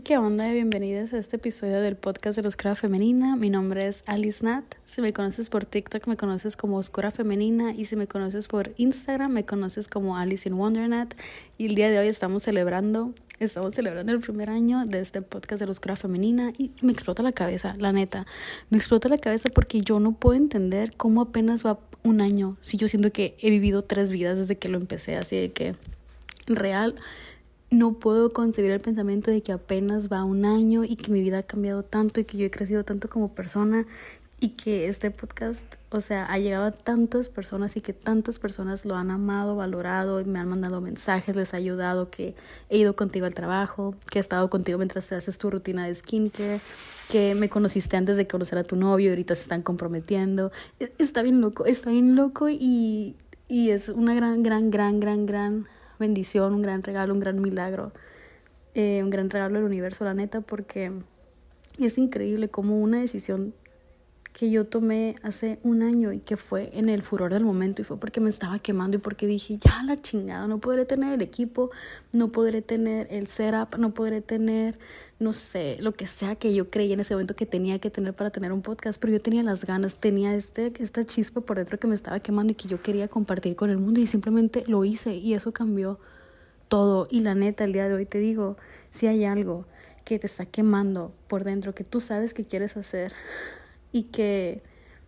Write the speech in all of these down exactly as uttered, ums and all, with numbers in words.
¿Qué onda? Bienvenidos a este episodio del podcast de la Oscura Femenina. Mi nombre es Alice Nat. Si me conoces por TikTok, me conoces como Oscura Femenina. Y si me conoces por Instagram, me conoces como Alice in Wonder Nat. Y el día de hoy estamos celebrando, estamos celebrando el primer año de este podcast de la Oscura Femenina. Y me explota la cabeza, la neta. Me explota la cabeza porque yo no puedo entender cómo apenas va un año. Si yo siento que he vivido tres vidas desde que lo empecé. Así de que, en real, no puedo concebir el pensamiento de que apenas va un año y que mi vida ha cambiado tanto y que yo he crecido tanto como persona y que este podcast, o sea, ha llegado a tantas personas y que tantas personas lo han amado, valorado y me han mandado mensajes, les ha ayudado, que he ido contigo al trabajo, que he estado contigo mientras te haces tu rutina de skincare, que me conociste antes de conocer a tu novio y ahorita se están comprometiendo. Está bien loco, está bien loco y, y es una gran, gran, gran, gran, gran bendición, un gran regalo, un gran milagro, eh, un gran regalo del universo, la neta, porque es increíble como una decisión que yo tomé hace un año y que fue en el furor del momento y fue porque me estaba quemando y porque dije, ya la chingada, no podré tener el equipo, no podré tener el setup, no podré tener, no sé, lo que sea que yo creí en ese momento que tenía que tener para tener un podcast, pero yo tenía las ganas, tenía este, esta chispa por dentro que me estaba quemando y que yo quería compartir con el mundo y simplemente lo hice y eso cambió todo. Y la neta, el día de hoy te digo, si hay algo que te está quemando por dentro, que tú sabes que quieres hacer y que,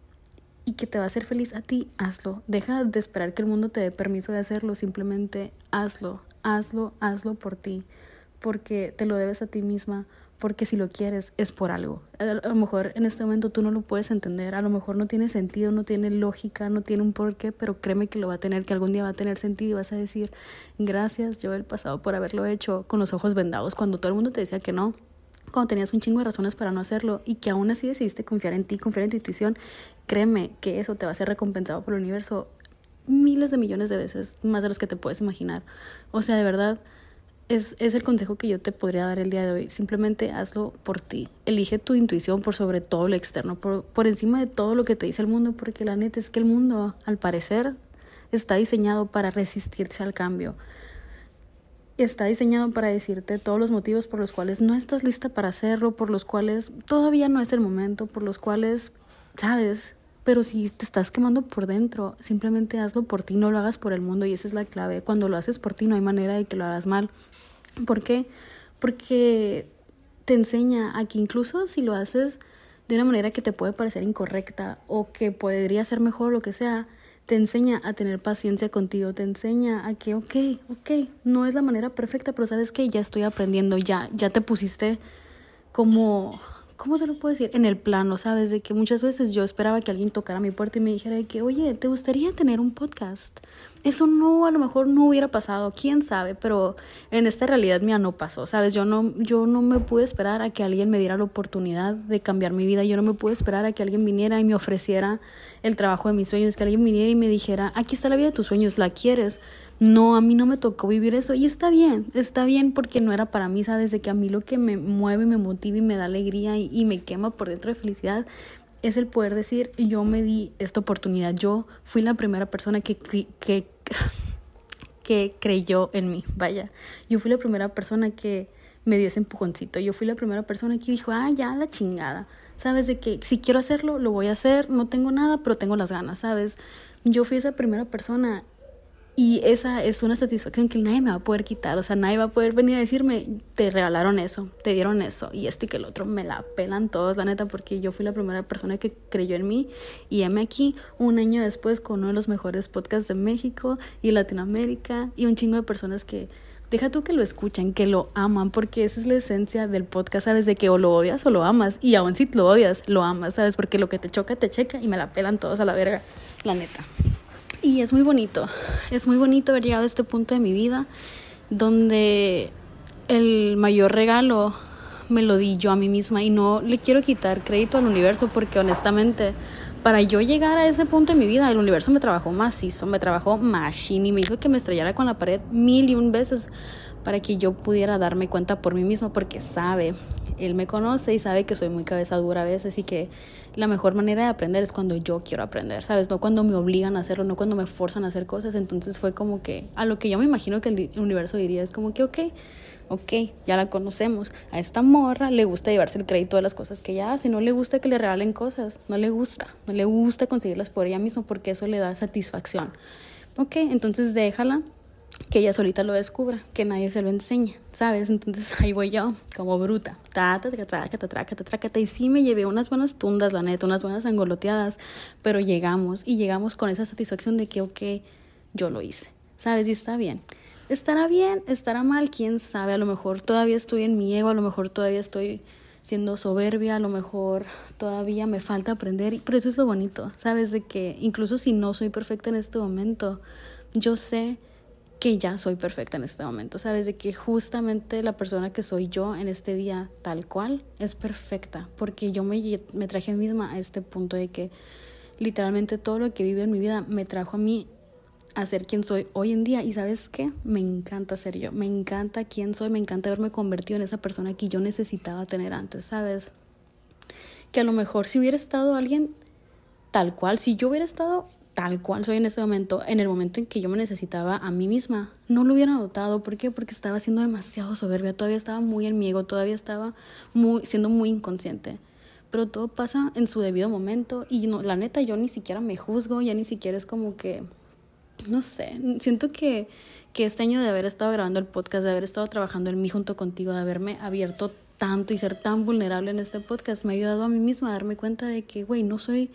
y que te va a hacer feliz a ti, hazlo. Deja de esperar que el mundo te dé permiso de hacerlo, simplemente hazlo, hazlo, hazlo por ti, porque te lo debes a ti misma, porque si lo quieres es por algo. A lo mejor en este momento tú no lo puedes entender, a lo mejor no tiene sentido, no tiene lógica, no tiene un porqué, pero créeme que lo va a tener, que algún día va a tener sentido y vas a decir, gracias yo el pasado por haberlo hecho con los ojos vendados, cuando todo el mundo te decía que no, cuando tenías un chingo de razones para no hacerlo y que aún así decidiste confiar en ti, confiar en tu intuición. Créeme que eso te va a ser recompensado por el universo miles de millones de veces, más de los que te puedes imaginar. O sea, de verdad, es, es el consejo que yo te podría dar el día de hoy. Simplemente hazlo por ti. Elige tu intuición por sobre todo lo externo, por, por encima de todo lo que te dice el mundo, porque la neta es que el mundo, al parecer, está diseñado para resistirse al cambio. Está diseñado para decirte todos los motivos por los cuales no estás lista para hacerlo, por los cuales todavía no es el momento, por los cuales, ¿sabes? Pero si te estás quemando por dentro, simplemente hazlo por ti, no lo hagas por el mundo y esa es la clave. Cuando lo haces por ti no hay manera de que lo hagas mal. ¿Por qué? Porque te enseña a que incluso si lo haces de una manera que te puede parecer incorrecta o que podría ser mejor o lo que sea, te enseña a tener paciencia contigo, te enseña a que, ok, ok, no es la manera perfecta, pero ¿sabes qué? Ya estoy aprendiendo, ya, ya te pusiste como, ¿cómo te lo puedo decir? En el plano, ¿sabes? De que muchas veces yo esperaba que alguien tocara mi puerta y me dijera de que, oye, ¿te gustaría tener un podcast? Eso no, a lo mejor no hubiera pasado, quién sabe, pero en esta realidad mía no pasó, ¿sabes? Yo no, yo no me pude esperar a que alguien me diera la oportunidad de cambiar mi vida, yo no me pude esperar a que alguien viniera y me ofreciera el trabajo de mis sueños, que alguien viniera y me dijera, aquí está la vida de tus sueños, ¿la quieres? No, a mí no me tocó vivir eso y está bien, está bien porque no era para mí, ¿sabes? De que a mí lo que me mueve, me motiva y me da alegría y, y me quema por dentro de felicidad es el poder decir, yo me di esta oportunidad, yo fui la primera persona que, que, que creyó en mí, vaya, yo fui la primera persona que me dio ese empujoncito, yo fui la primera persona que dijo, ah, ya, la chingada, ¿sabes? De que si quiero hacerlo, lo voy a hacer, no tengo nada, pero tengo las ganas, ¿sabes? Yo fui esa primera persona. Y esa es una satisfacción que nadie me va a poder quitar. O sea, nadie va a poder venir a decirme, te regalaron eso, te dieron eso, y esto y que el otro. Me la pelan todos, la neta, porque yo fui la primera persona que creyó en mí. Y heme aquí, un año después, con uno de los mejores podcasts de México y Latinoamérica. Y un chingo de personas que, deja tú que lo escuchan, que lo aman, porque esa es la esencia del podcast, ¿sabes? De que o lo odias o lo amas. Y aún si lo odias, lo amas, ¿sabes? Porque lo que te choca, te checa, y me la pelan todos a la verga, la neta. Y es muy bonito, es muy bonito haber llegado a este punto de mi vida donde el mayor regalo me lo di yo a mí misma y no le quiero quitar crédito al universo porque honestamente para yo llegar a ese punto de mi vida el universo me trabajó macizo, me trabajó machine y me hizo que me estrellara con la pared mil y un veces para que yo pudiera darme cuenta por mí misma porque sabe él me conoce y sabe que soy muy cabeza dura a veces y que la mejor manera de aprender es cuando yo quiero aprender, ¿sabes? No cuando me obligan a hacerlo, no cuando me forzan a hacer cosas. Entonces fue como que a lo que yo me imagino que el universo diría es como que ok, ok, ya la conocemos. A esta morra le gusta llevarse el crédito de las cosas que ella hace, no le gusta que le regalen cosas, no le gusta, no le gusta conseguirlas por ella misma porque eso le da satisfacción. Ok, entonces déjala que ella solita lo descubra, que nadie se lo enseñe, ¿sabes? Entonces ahí voy yo, como bruta, tata, traca, traca, traca, y sí me llevé unas buenas tundas, la neta, unas buenas angoloteadas, pero llegamos, y llegamos con esa satisfacción de que, ok, yo lo hice, ¿sabes? Y está bien. ¿Estará bien? ¿Estará mal? ¿Quién sabe? A lo mejor todavía estoy en mi ego, a lo mejor todavía estoy siendo soberbia, a lo mejor todavía me falta aprender, pero eso es lo bonito, ¿sabes? De que incluso si no soy perfecta en este momento, yo sé que ya soy perfecta en este momento, ¿sabes? De que justamente la persona que soy yo en este día tal cual es perfecta, porque yo me, me traje a mí misma a este punto de que literalmente todo lo que vive en mi vida me trajo a mí a ser quien soy hoy en día. Y ¿sabes qué? Me encanta ser yo, me encanta quién soy, me encanta haberme convertido en esa persona que yo necesitaba tener antes, ¿sabes? Que a lo mejor si hubiera estado alguien tal cual, si yo hubiera estado tal cual soy en ese momento, en el momento en que yo me necesitaba a mí misma, no lo hubiera notado. ¿Por qué? Porque estaba siendo demasiado soberbia, todavía estaba muy en mi ego, todavía estaba muy, siendo muy inconsciente. Pero todo pasa en su debido momento y no, la neta yo ni siquiera me juzgo, ya ni siquiera es como que, no sé, siento que, que este año de haber estado grabando el podcast, de haber estado trabajando en mí junto contigo, de haberme abierto tanto y ser tan vulnerable en este podcast, me ha ayudado a mí misma a darme cuenta de que, güey, no soy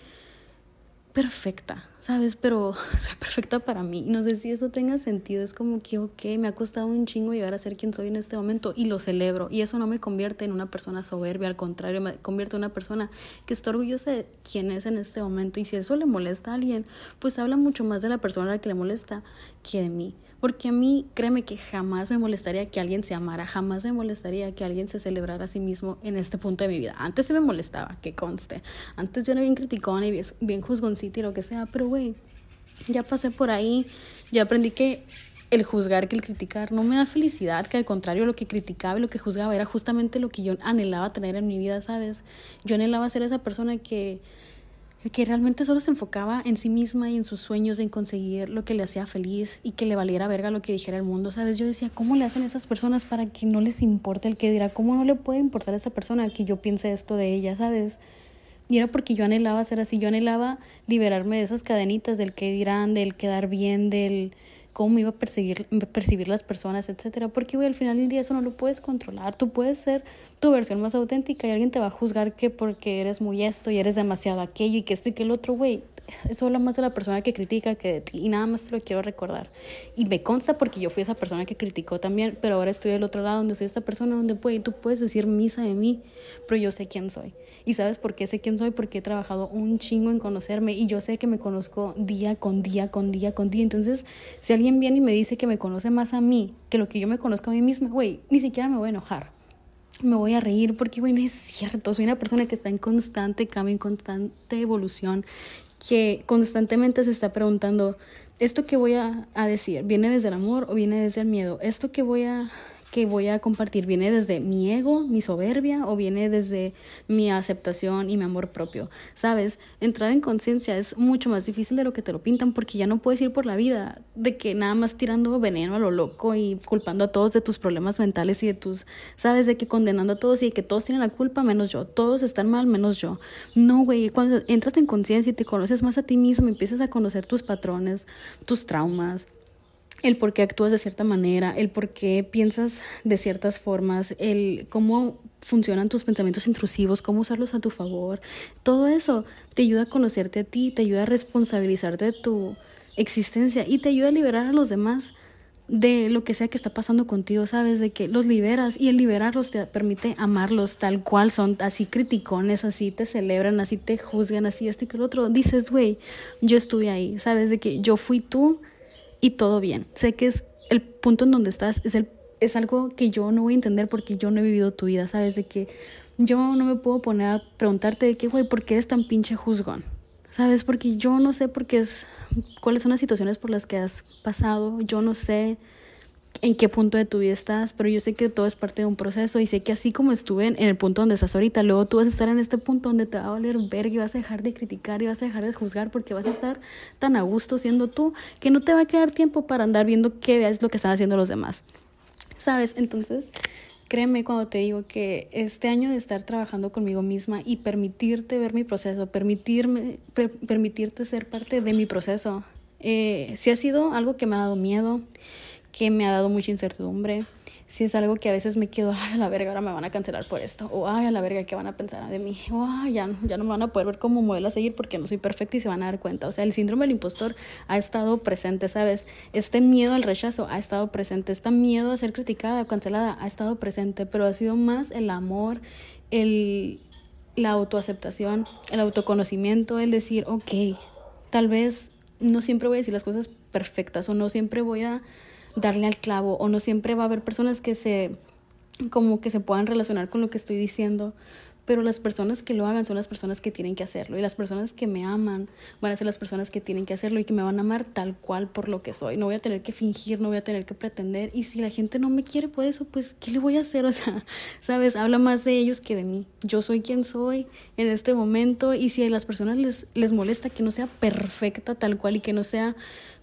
perfecta, ¿sabes? Pero soy perfecta para mí. No sé si eso tenga sentido. Es como que, ok, me ha costado un chingo llegar a ser quien soy en este momento y lo celebro. Y eso no me convierte en una persona soberbia, al contrario, me convierte en una persona que está orgullosa de quién es en este momento. Y si eso le molesta a alguien, pues habla mucho más de la persona a la que le molesta que de mí. Porque a mí, créeme que jamás me molestaría que alguien se amara, jamás me molestaría que alguien se celebrara a sí mismo en este punto de mi vida. Antes sí me molestaba, que conste. Antes yo era bien criticona y bien, bien juzgoncita y lo que sea, pero güey, ya pasé por ahí, ya aprendí que el juzgar, que el criticar no me da felicidad, que al contrario lo que criticaba y lo que juzgaba era justamente lo que yo anhelaba tener en mi vida, ¿sabes? Yo anhelaba ser esa persona que... que realmente solo se enfocaba en sí misma y en sus sueños, en conseguir lo que le hacía feliz y que le valiera verga lo que dijera el mundo, ¿sabes? Yo decía, ¿cómo le hacen esas personas para que no les importe el que dirá? ¿Cómo no le puede importar a esa persona que yo piense esto de ella, ¿sabes? Y era porque yo anhelaba ser así, yo anhelaba liberarme de esas cadenitas del qué dirán, del quedar bien, del cómo me iba a perseguir, percibir las personas, etcétera. Porque, güey, al final del día eso no lo puedes controlar. Tú puedes ser tu versión más auténtica y alguien te va a juzgar que porque eres muy esto y eres demasiado aquello y que esto y que el otro, güey. Eso habla más de la persona que critica que de ti, y nada más te lo quiero recordar. Y me consta porque yo fui esa persona que criticó también, pero ahora estoy del otro lado donde soy esta persona donde, güey, tú puedes decir misa de mí, pero yo sé quién soy. ¿Y sabes por qué sé quién soy? Porque he trabajado un chingo en conocerme y yo sé que me conozco día con día, con día, con día. Entonces, si alguien viene y me dice que me conoce más a mí que lo que yo me conozco a mí misma, güey, ni siquiera me voy a enojar. Me voy a reír porque, güey, no es cierto. Soy una persona que está en constante cambio, en constante evolución, que constantemente se está preguntando, ¿esto que voy a, a decir viene desde el amor o viene desde el miedo? ¿Esto que voy a... que voy a compartir viene desde mi ego, mi soberbia, o viene desde mi aceptación y mi amor propio? ¿Sabes? Entrar en conciencia es mucho más difícil de lo que te lo pintan, porque ya no puedes ir por la vida de que nada más tirando veneno a lo loco y culpando a todos de tus problemas mentales y de tus, ¿sabes? De que condenando a todos y de que todos tienen la culpa menos yo, todos están mal menos yo. No, güey, cuando entras en conciencia y te conoces más a ti mismo, empiezas a conocer tus patrones, tus traumas, el por qué actúas de cierta manera, el por qué piensas de ciertas formas, el cómo funcionan tus pensamientos intrusivos, cómo usarlos a tu favor. Todo eso te ayuda a conocerte a ti, te ayuda a responsabilizarte de tu existencia y te ayuda a liberar a los demás de lo que sea que está pasando contigo, ¿sabes? De que los liberas, y el liberarlos te permite amarlos tal cual son, así criticones, así te celebran, así te juzgan, así esto y que el otro. Dices, güey, yo estuve ahí, ¿sabes? De que yo fui tú y todo bien. Sé que es el punto en donde estás, es, el, es algo que yo no voy a entender porque yo no he vivido tu vida, ¿sabes? De que yo no me puedo poner a preguntarte de que, güey, ¿por qué eres tan pinche juzgón? ¿Sabes? Porque yo no sé por qué es, cuáles son las situaciones por las que has pasado, yo no sé en qué punto de tu vida estás, pero yo sé que todo es parte de un proceso y sé que así como estuve en, en el punto donde estás ahorita, luego tú vas a estar en este punto donde te va a valer verga y vas a dejar de criticar y vas a dejar de juzgar porque vas a estar tan a gusto siendo tú que no te va a quedar tiempo para andar viendo qué es lo que están haciendo los demás, ¿sabes? Entonces, créeme cuando te digo que este año de estar trabajando conmigo misma y permitirte ver mi proceso, permitirme, pre- permitirte ser parte de mi proceso, eh, sí ha sido algo que me ha dado miedo, que me ha dado mucha incertidumbre. Si es algo que a veces me quedo, ay, a la verga, ahora me van a cancelar por esto, o ay, a la verga, ¿qué van a pensar de mí? O ay, ya, ya no me van a poder ver como modelo a seguir porque no soy perfecta y se van a dar cuenta. O sea, el síndrome del impostor ha estado presente, ¿sabes? Este miedo al rechazo ha estado presente, este miedo a ser criticada o cancelada ha estado presente, pero ha sido más el amor, el, la autoaceptación, el autoconocimiento, el decir, ok, tal vez no siempre voy a decir las cosas perfectas o no siempre voy a darle al clavo o no siempre va a haber personas que se como que se puedan relacionar con lo que estoy diciendo, pero las personas que lo hagan son las personas que tienen que hacerlo y las personas que me aman van a ser las personas que tienen que hacerlo y que me van a amar tal cual por lo que soy. No voy a tener que fingir, no voy a tener que pretender, y si la gente no me quiere por eso, pues ¿qué le voy a hacer? O sea, ¿sabes? Habla más de ellos que de mí. Yo soy quien soy en este momento, y si a las personas les, les molesta que no sea perfecta tal cual y que no sea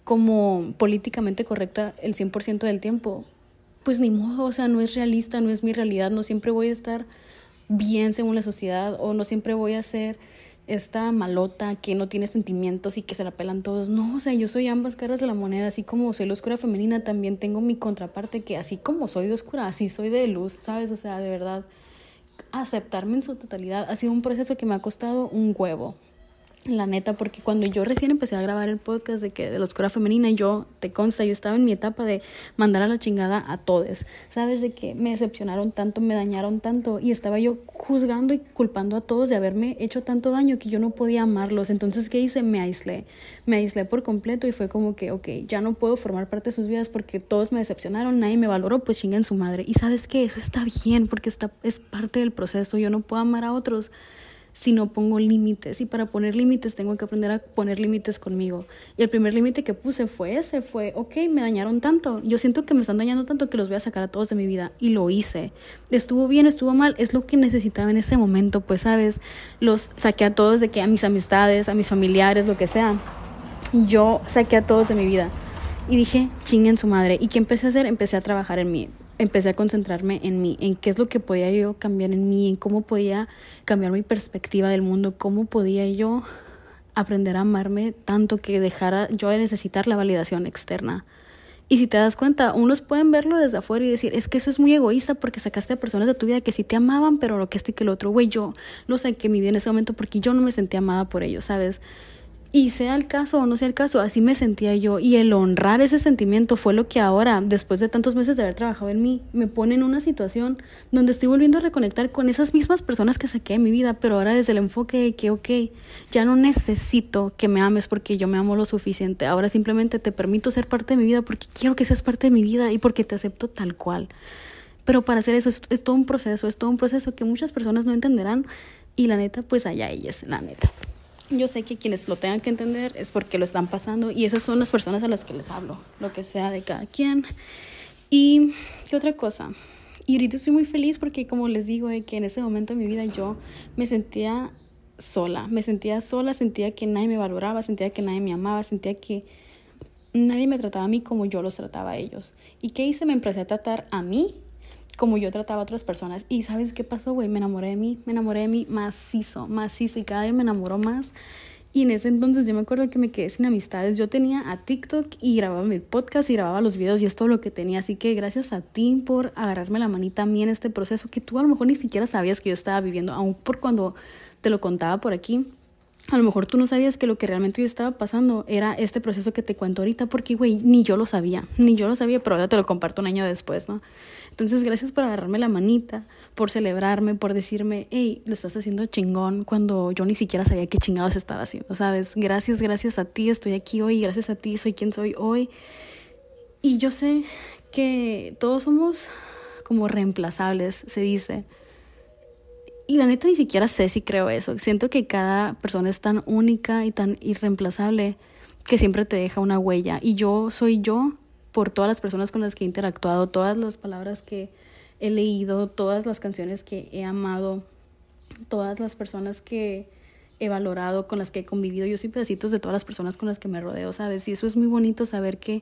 como políticamente correcta el cien por ciento del tiempo, pues ni modo, o sea, no es realista, no es mi realidad, no siempre voy a estar bien según la sociedad, o no siempre voy a ser esta malota que no tiene sentimientos y que se la pelan todos. No, o sea, yo soy ambas caras de la moneda. Así como soy la oscura femenina, también tengo mi contraparte, que así como soy de oscura, así soy de luz, ¿sabes? O sea, de verdad, aceptarme en su totalidad ha sido un proceso que me ha costado un huevo, la neta, porque cuando yo recién empecé a grabar el podcast de que de la oscura femenina, yo, te consta, yo estaba en mi etapa de mandar a la chingada a todes, sabes, de que me decepcionaron tanto, me dañaron tanto, y estaba yo juzgando y culpando a todos de haberme hecho tanto daño que yo no podía amarlos. Entonces, ¿qué hice? Me aislé, me aislé por completo, y fue como que, ok, ya no puedo formar parte de sus vidas porque todos me decepcionaron, nadie me valoró, pues chinga en su madre. Y ¿sabes qué? Eso está bien, porque está, es parte del proceso. Yo no puedo amar a otros si no pongo límites, y para poner límites tengo que aprender a poner límites conmigo. Y el primer límite que puse fue ese, fue, ok, me dañaron tanto, yo siento que me están dañando tanto que los voy a sacar a todos de mi vida, y lo hice. Estuvo bien, estuvo mal, es lo que necesitaba en ese momento, pues, ¿sabes? Los saqué a todos, de que a mis amistades, a mis familiares, lo que sea. Yo saqué a todos de mi vida y dije, chinguen su madre. ¿Y qué empecé a hacer? Empecé a trabajar en mí. Empecé a concentrarme en mí, en qué es lo que podía yo cambiar en mí, en cómo podía cambiar mi perspectiva del mundo, cómo podía yo aprender a amarme tanto que dejara yo de necesitar la validación externa. Y si te das cuenta, unos pueden verlo desde afuera y decir, es que eso es muy egoísta porque sacaste a personas de tu vida que sí te amaban, pero lo que esto y que lo otro. Güey, yo lo saqué de mi vida en ese momento porque yo no me sentía amada por ellos, ¿sabes? Y sea el caso o no sea el caso, así me sentía yo, y el honrar ese sentimiento fue lo que ahora, después de tantos meses de haber trabajado en mí, me pone en una situación donde estoy volviendo a reconectar con esas mismas personas que saqué de mi vida, pero ahora desde el enfoque de que, ok, ya no necesito que me ames porque yo me amo lo suficiente, ahora simplemente te permito ser parte de mi vida porque quiero que seas parte de mi vida y porque te acepto tal cual. Pero para hacer eso es, es todo un proceso, es todo un proceso que muchas personas no entenderán, y la neta, pues allá ellas, la neta. Yo sé que quienes lo tengan que entender es porque lo están pasando, y esas son las personas a las que les hablo, lo que sea de cada quien. Y qué otra cosa, y ahorita estoy muy feliz porque, como les digo, de que en ese momento de mi vida yo me sentía sola, me sentía sola, sentía que nadie me valoraba, sentía que nadie me amaba, sentía que nadie me trataba a mí como yo los trataba a ellos. ¿Y qué hice? Me empecé a tratar a mí como yo trataba a otras personas. Y ¿sabes qué pasó, güey? Me enamoré de mí, me enamoré de mí macizo, macizo, y cada día me enamoró más. Y en ese entonces yo me acuerdo que me quedé sin amistades. Yo tenía a TikTok y grababa mi podcast y grababa los videos, y es todo lo que tenía. Así que gracias a ti por agarrarme la manita a mí en este proceso que tú a lo mejor ni siquiera sabías que yo estaba viviendo, aún por cuando te lo contaba por aquí. A lo mejor tú no sabías que lo que realmente yo estaba pasando era este proceso que te cuento ahorita, porque, güey, ni yo lo sabía, ni yo lo sabía, pero ahora te lo comparto un año después, ¿no? Entonces, gracias por agarrarme la manita, por celebrarme, por decirme, hey, lo estás haciendo chingón, cuando yo ni siquiera sabía qué chingados estaba haciendo, ¿sabes? Gracias, gracias a ti estoy aquí hoy, gracias a ti soy quien soy hoy. Y yo sé que todos somos como reemplazables, se dice. Y la neta ni siquiera sé si creo eso. Siento que cada persona es tan única y tan irreemplazable que siempre te deja una huella. Y yo soy yo por todas las personas con las que he interactuado, todas las palabras que he leído, todas las canciones que he amado, todas las personas que he valorado, con las que he convivido. Yo soy pedacitos de todas las personas con las que me rodeo, ¿sabes? Y eso es muy bonito, saber que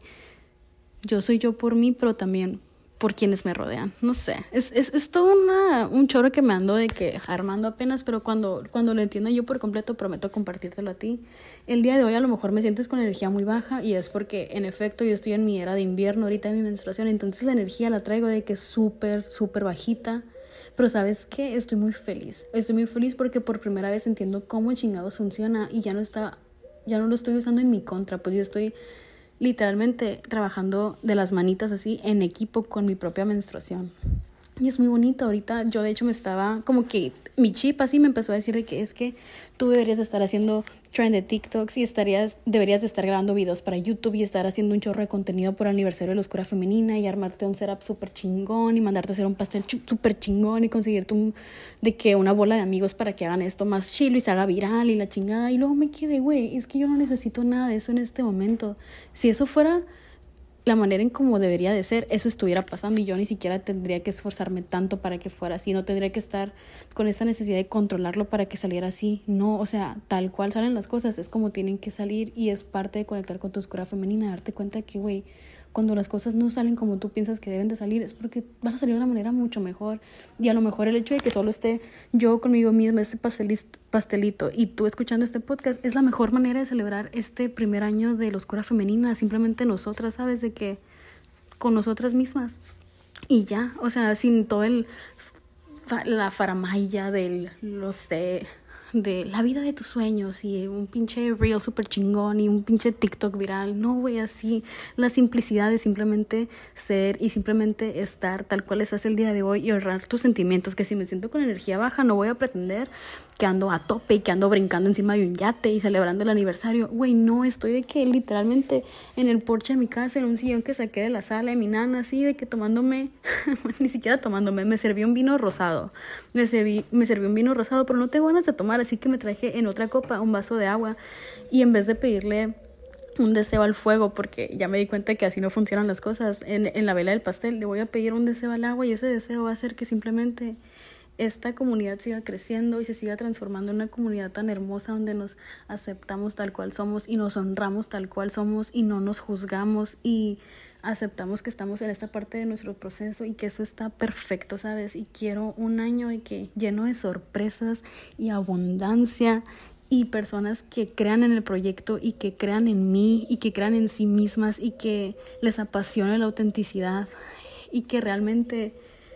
yo soy yo por mí, pero también por quienes me rodean. No sé, es, es, es todo una, un choro que me ando de que armando apenas, pero cuando, cuando lo entienda yo por completo, prometo compartírtelo a ti. El día de hoy a lo mejor me sientes con energía muy baja, y es porque en efecto yo estoy en mi era de invierno ahorita, en mi menstruación, entonces la energía la traigo de que es súper, súper bajita. Pero ¿sabes qué? Estoy muy feliz. Estoy muy feliz porque por primera vez entiendo cómo chingados funciona, y ya no está, ya no lo estoy usando en mi contra, pues ya estoy literalmente trabajando de las manitas así en equipo con mi propia menstruación. Y es muy bonito. Ahorita yo de hecho me estaba como que mi chip así me empezó a decir de que es que tú deberías de estar haciendo trend de TikToks y estarías, deberías de estar grabando videos para YouTube y estar haciendo un chorro de contenido por el aniversario de la Oscura Femenina y armarte un setup súper chingón y mandarte a hacer un pastel súper chingón y conseguirte un, de que una bola de amigos para que hagan esto más chilo y se haga viral y la chingada. Y luego me quedé, güey, es que yo no necesito nada de eso en este momento. Si eso fuera la manera en cómo debería de ser, eso estuviera pasando y yo ni siquiera tendría que esforzarme tanto para que fuera así, no tendría que estar con esta necesidad de controlarlo para que saliera así. No, o sea, tal cual salen las cosas, es como tienen que salir, y es parte de conectar con tu oscura femenina, darte cuenta que, güey, cuando las cosas no salen como tú piensas que deben de salir, es porque van a salir de una manera mucho mejor. Y a lo mejor el hecho de que solo esté yo conmigo misma, este pastelito, pastelito y tú escuchando este podcast, es la mejor manera de celebrar este primer año de la oscura femenina. Simplemente nosotras, ¿sabes? De que con nosotras mismas. Y ya, o sea, sin todo el la faramaya del, no sé, de la vida de tus sueños y un pinche reel super chingón y un pinche TikTok viral. No, güey, así la simplicidad de simplemente ser y simplemente estar tal cual estás el día de hoy y honrar tus sentimientos. Que si me siento con energía baja, no voy a pretender que ando a tope y que ando brincando encima de un yate y celebrando el aniversario. Güey, no, estoy de que literalmente en el porche de mi casa, en un sillón que saqué de la sala de mi nana, así de que tomándome, ni siquiera tomándome, me serví un vino rosado. Me serví, me serví un vino rosado, pero no tengo ganas de tomar, así que me traje en otra copa un vaso de agua, y en vez de pedirle un deseo al fuego, porque ya me di cuenta que así no funcionan las cosas, en, en la vela del pastel le voy a pedir un deseo al agua, y ese deseo va a hacer que simplemente esta comunidad siga creciendo y se siga transformando en una comunidad tan hermosa donde nos aceptamos tal cual somos y nos honramos tal cual somos y no nos juzgamos y aceptamos que estamos en esta parte de nuestro proceso y que eso está perfecto, ¿sabes? Y quiero un año y que lleno de sorpresas y abundancia y personas que crean en el proyecto y que crean en mí y que crean en sí mismas y que les apasione la autenticidad y que realmente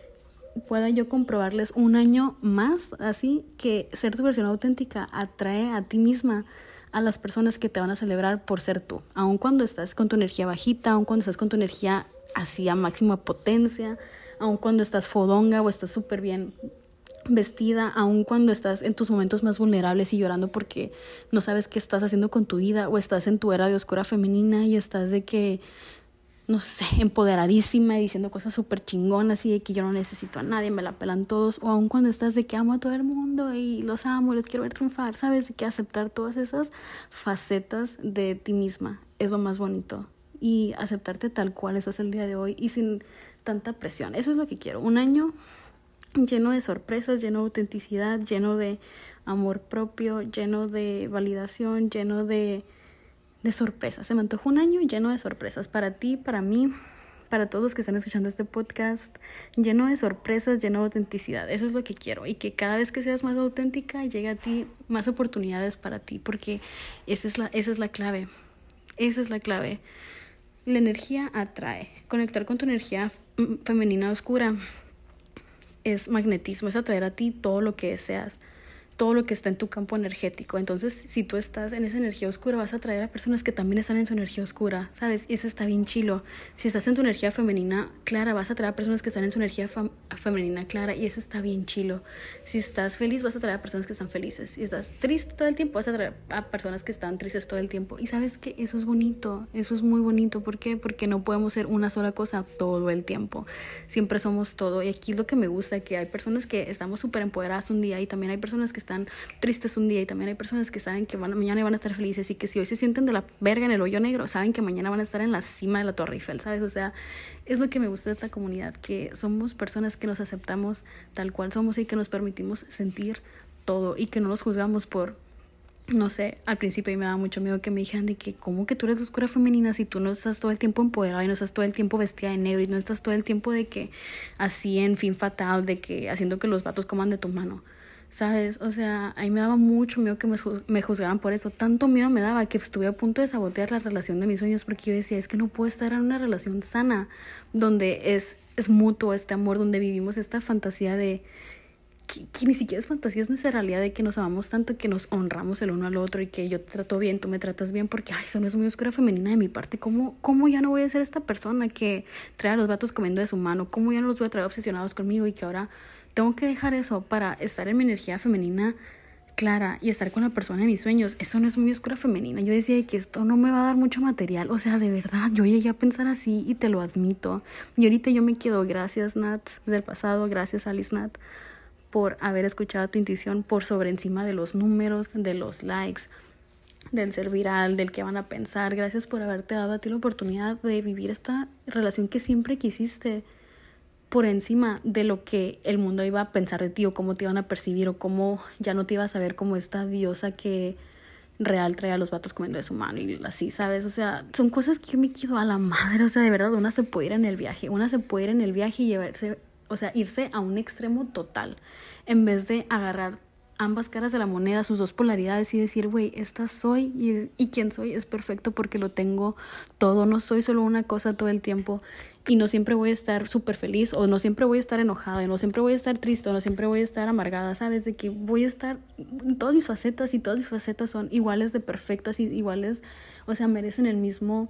pueda yo comprobarles un año más así que ser tu versión auténtica atrae a ti misma a las personas que te van a celebrar por ser tú, aun cuando estás con tu energía bajita, aun cuando estás con tu energía así a máxima potencia, aun cuando estás fodonga o estás súper bien vestida, aun cuando estás en tus momentos más vulnerables y llorando porque no sabes qué estás haciendo con tu vida, o estás en tu era de oscura femenina y estás de que no sé, empoderadísima y diciendo cosas súper chingonas y de que yo no necesito a nadie, me la pelan todos, o aun cuando estás de que amo a todo el mundo y los amo, los quiero ver triunfar, ¿sabes? De que aceptar todas esas facetas de ti misma es lo más bonito, y aceptarte tal cual estás el día de hoy y sin tanta presión. Eso es lo que quiero, un año lleno de sorpresas, lleno de autenticidad, lleno de amor propio, lleno de validación, lleno de de sorpresas. Se me antojó un año lleno de sorpresas para ti, para mí, para todos los que están escuchando este podcast, lleno de sorpresas, lleno de autenticidad. Eso es lo que quiero, y que cada vez que seas más auténtica llegue a ti más oportunidades para ti, porque esa es la, esa es la clave. Esa es la clave. La energía atrae. Conectar con tu energía femenina oscura es magnetismo, es atraer a ti todo lo que deseas, todo lo que está en tu campo energético. Entonces, si tú estás en esa energía oscura, vas a atraer a personas que también están en su energía oscura, ¿sabes? Y eso está bien chilo. Si estás en tu energía femenina clara, vas a atraer a personas que están en su energía fam- femenina clara, y eso está bien chilo. Si estás feliz, vas a atraer a personas que están felices. Si estás triste todo el tiempo, vas a atraer a personas que están tristes todo el tiempo. Y sabes que eso es bonito, eso es muy bonito. ¿Por qué? Porque no podemos ser una sola cosa todo el tiempo. Siempre somos todo. Y aquí es lo que me gusta, que hay personas que estamos súper empoderadas un día y también hay personas que están están tristes un día y también hay personas que saben que van, mañana van a estar felices y que si hoy se sienten de la verga en el hoyo negro, saben que mañana van a estar en la cima de la Torre Eiffel, ¿sabes? O sea, es lo que me gusta de esta comunidad, que somos personas que nos aceptamos tal cual somos y que nos permitimos sentir todo y que no nos juzgamos por... No sé, al principio a mí me daba mucho miedo que me dijeran de que cómo que tú eres oscura femenina si tú no estás todo el tiempo empoderada y no estás todo el tiempo vestida de negro y no estás todo el tiempo de que así en fin fatal, de que haciendo que los vatos coman de tu mano, ¿sabes? O sea, a mí me daba mucho miedo que me, me juzgaran por eso. Tanto miedo me daba que estuve a punto de sabotear la relación de mis sueños porque yo decía, es que no puedo estar en una relación sana donde es, es mutuo este amor, donde vivimos esta fantasía de... Que, que ni siquiera es fantasía, es nuestra realidad de que nos amamos tanto, que nos honramos el uno al otro y que yo te trato bien, tú me tratas bien, porque ay, eso no es muy oscura femenina de mi parte. ¿Cómo, cómo ya no voy a ser esta persona que trae a los vatos comiendo de su mano? ¿Cómo ya no los voy a traer obsesionados conmigo y que ahora tengo que dejar eso para estar en mi energía femenina clara y estar con la persona de mis sueños? Eso no es muy oscura femenina. Yo decía que esto no me va a dar mucho material, o sea, de verdad, yo llegué a pensar así y te lo admito. Y ahorita yo me quedo, gracias Nat del pasado, gracias Alice Nat, por haber escuchado tu intuición, por sobre encima de los números, de los likes, del ser viral, del que van a pensar. Gracias por haberte dado a ti la oportunidad de vivir esta relación que siempre quisiste, por encima de lo que el mundo iba a pensar de ti o cómo te iban a percibir o cómo ya no te ibas a ver como esta diosa que real trae a los vatos comiendo de su mano y así, ¿sabes? O sea, son cosas que yo me quedo a la madre. O sea, de verdad, una se puede ir en el viaje, una se puede ir en el viaje y llevarse... O sea, irse a un extremo total, en vez de agarrar ambas caras de la moneda, sus dos polaridades y decir, güey, esta soy y, y quien soy es perfecto porque lo tengo todo, no soy solo una cosa todo el tiempo y no siempre voy a estar súper feliz o no siempre voy a estar enojada, y no siempre voy a estar triste o no siempre voy a estar amargada, ¿sabes? De que voy a estar en todas mis facetas y todas mis facetas son iguales de perfectas y iguales, o sea, merecen el mismo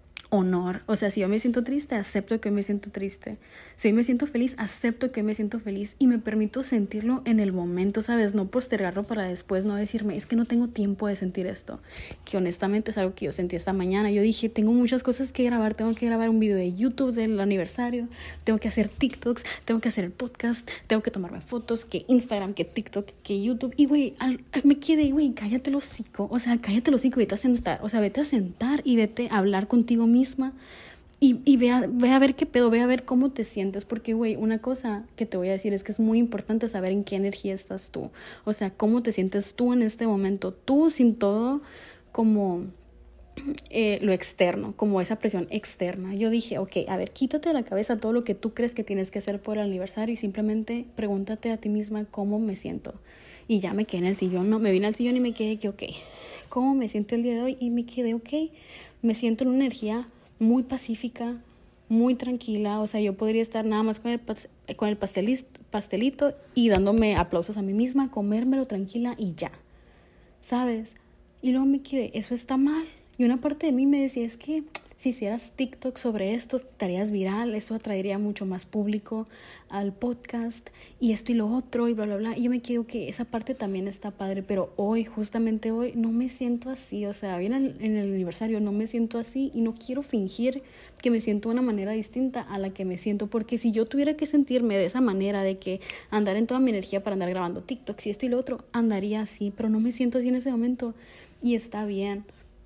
honor. O sea, si yo me siento triste, acepto que me siento triste. Si yo me siento feliz, acepto que me siento feliz y me permito sentirlo en el momento, ¿sabes? No postergarlo para después, no decirme, es que no tengo tiempo de sentir esto, que honestamente es algo que yo sentí esta mañana. Yo dije, tengo muchas cosas que grabar, tengo que grabar un video de YouTube del aniversario, tengo que hacer TikToks, tengo que hacer el podcast, tengo que tomarme fotos, que Instagram, que TikTok, que YouTube. Y güey, al, al, me quedé, güey, cállate el hocico, o sea, cállate el hocico y vete a sentar, o sea, vete a sentar y vete a hablar contigo mismo misma y, y ve, a, ve a ver qué pedo, ve a ver cómo te sientes, porque güey, una cosa que te voy a decir es que es muy importante saber en qué energía estás tú, o sea, cómo te sientes tú en este momento, tú sin todo como eh, lo externo, como esa presión externa. Yo dije, ok, a ver, quítate de la cabeza todo lo que tú crees que tienes que hacer por el aniversario y simplemente pregúntate a ti misma cómo me siento. Y ya me quedé en el sillón, no, me vine al sillón y me quedé que ok, ¿cómo me siento el día de hoy? Y me quedé ok, me siento en una energía muy pacífica, muy tranquila. O sea, yo podría estar nada más con el, pas- con el pastelito, pastelito y dándome aplausos a mí misma, comérmelo tranquila y ya, ¿sabes? Y luego me quedé, eso está mal. Y una parte de mí me decía, es que si hicieras TikTok sobre esto, estarías viral, eso atraería mucho más público al podcast y esto y lo otro y bla, bla, bla. Y yo me quedo que esa parte también está padre, pero hoy, justamente hoy, no me siento así. O sea, bien en, en el aniversario no me siento así y no quiero fingir que me siento de una manera distinta a la que me siento, porque si yo tuviera que sentirme de esa manera, de que andar en toda mi energía para andar grabando TikToks y esto y lo otro, andaría así, pero no me siento así en ese momento y está bien.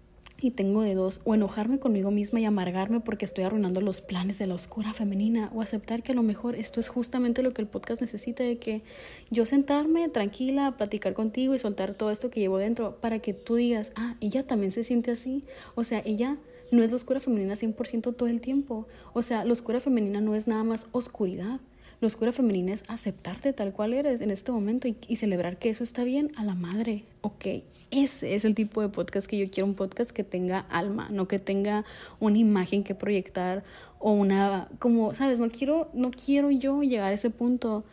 Y tengo de dos, o enojarme conmigo misma y amargarme porque estoy arruinando los planes de la oscura femenina, o aceptar que a lo mejor esto es justamente lo que el podcast necesita, de que yo sentarme tranquila, platicar contigo y soltar todo esto que llevo dentro para que tú digas, ah, ella también se siente así. O sea, ella no es la oscura femenina cien por ciento todo el tiempo. O sea, la oscura femenina no es nada más oscuridad. La oscura femenina es aceptarte tal cual eres en este momento y, y celebrar que eso está bien a la madre. Ok, ese es el tipo de podcast que yo quiero, un podcast que tenga alma, no que tenga una imagen que proyectar o una, como, ¿sabes? No quiero, no quiero yo llegar a ese punto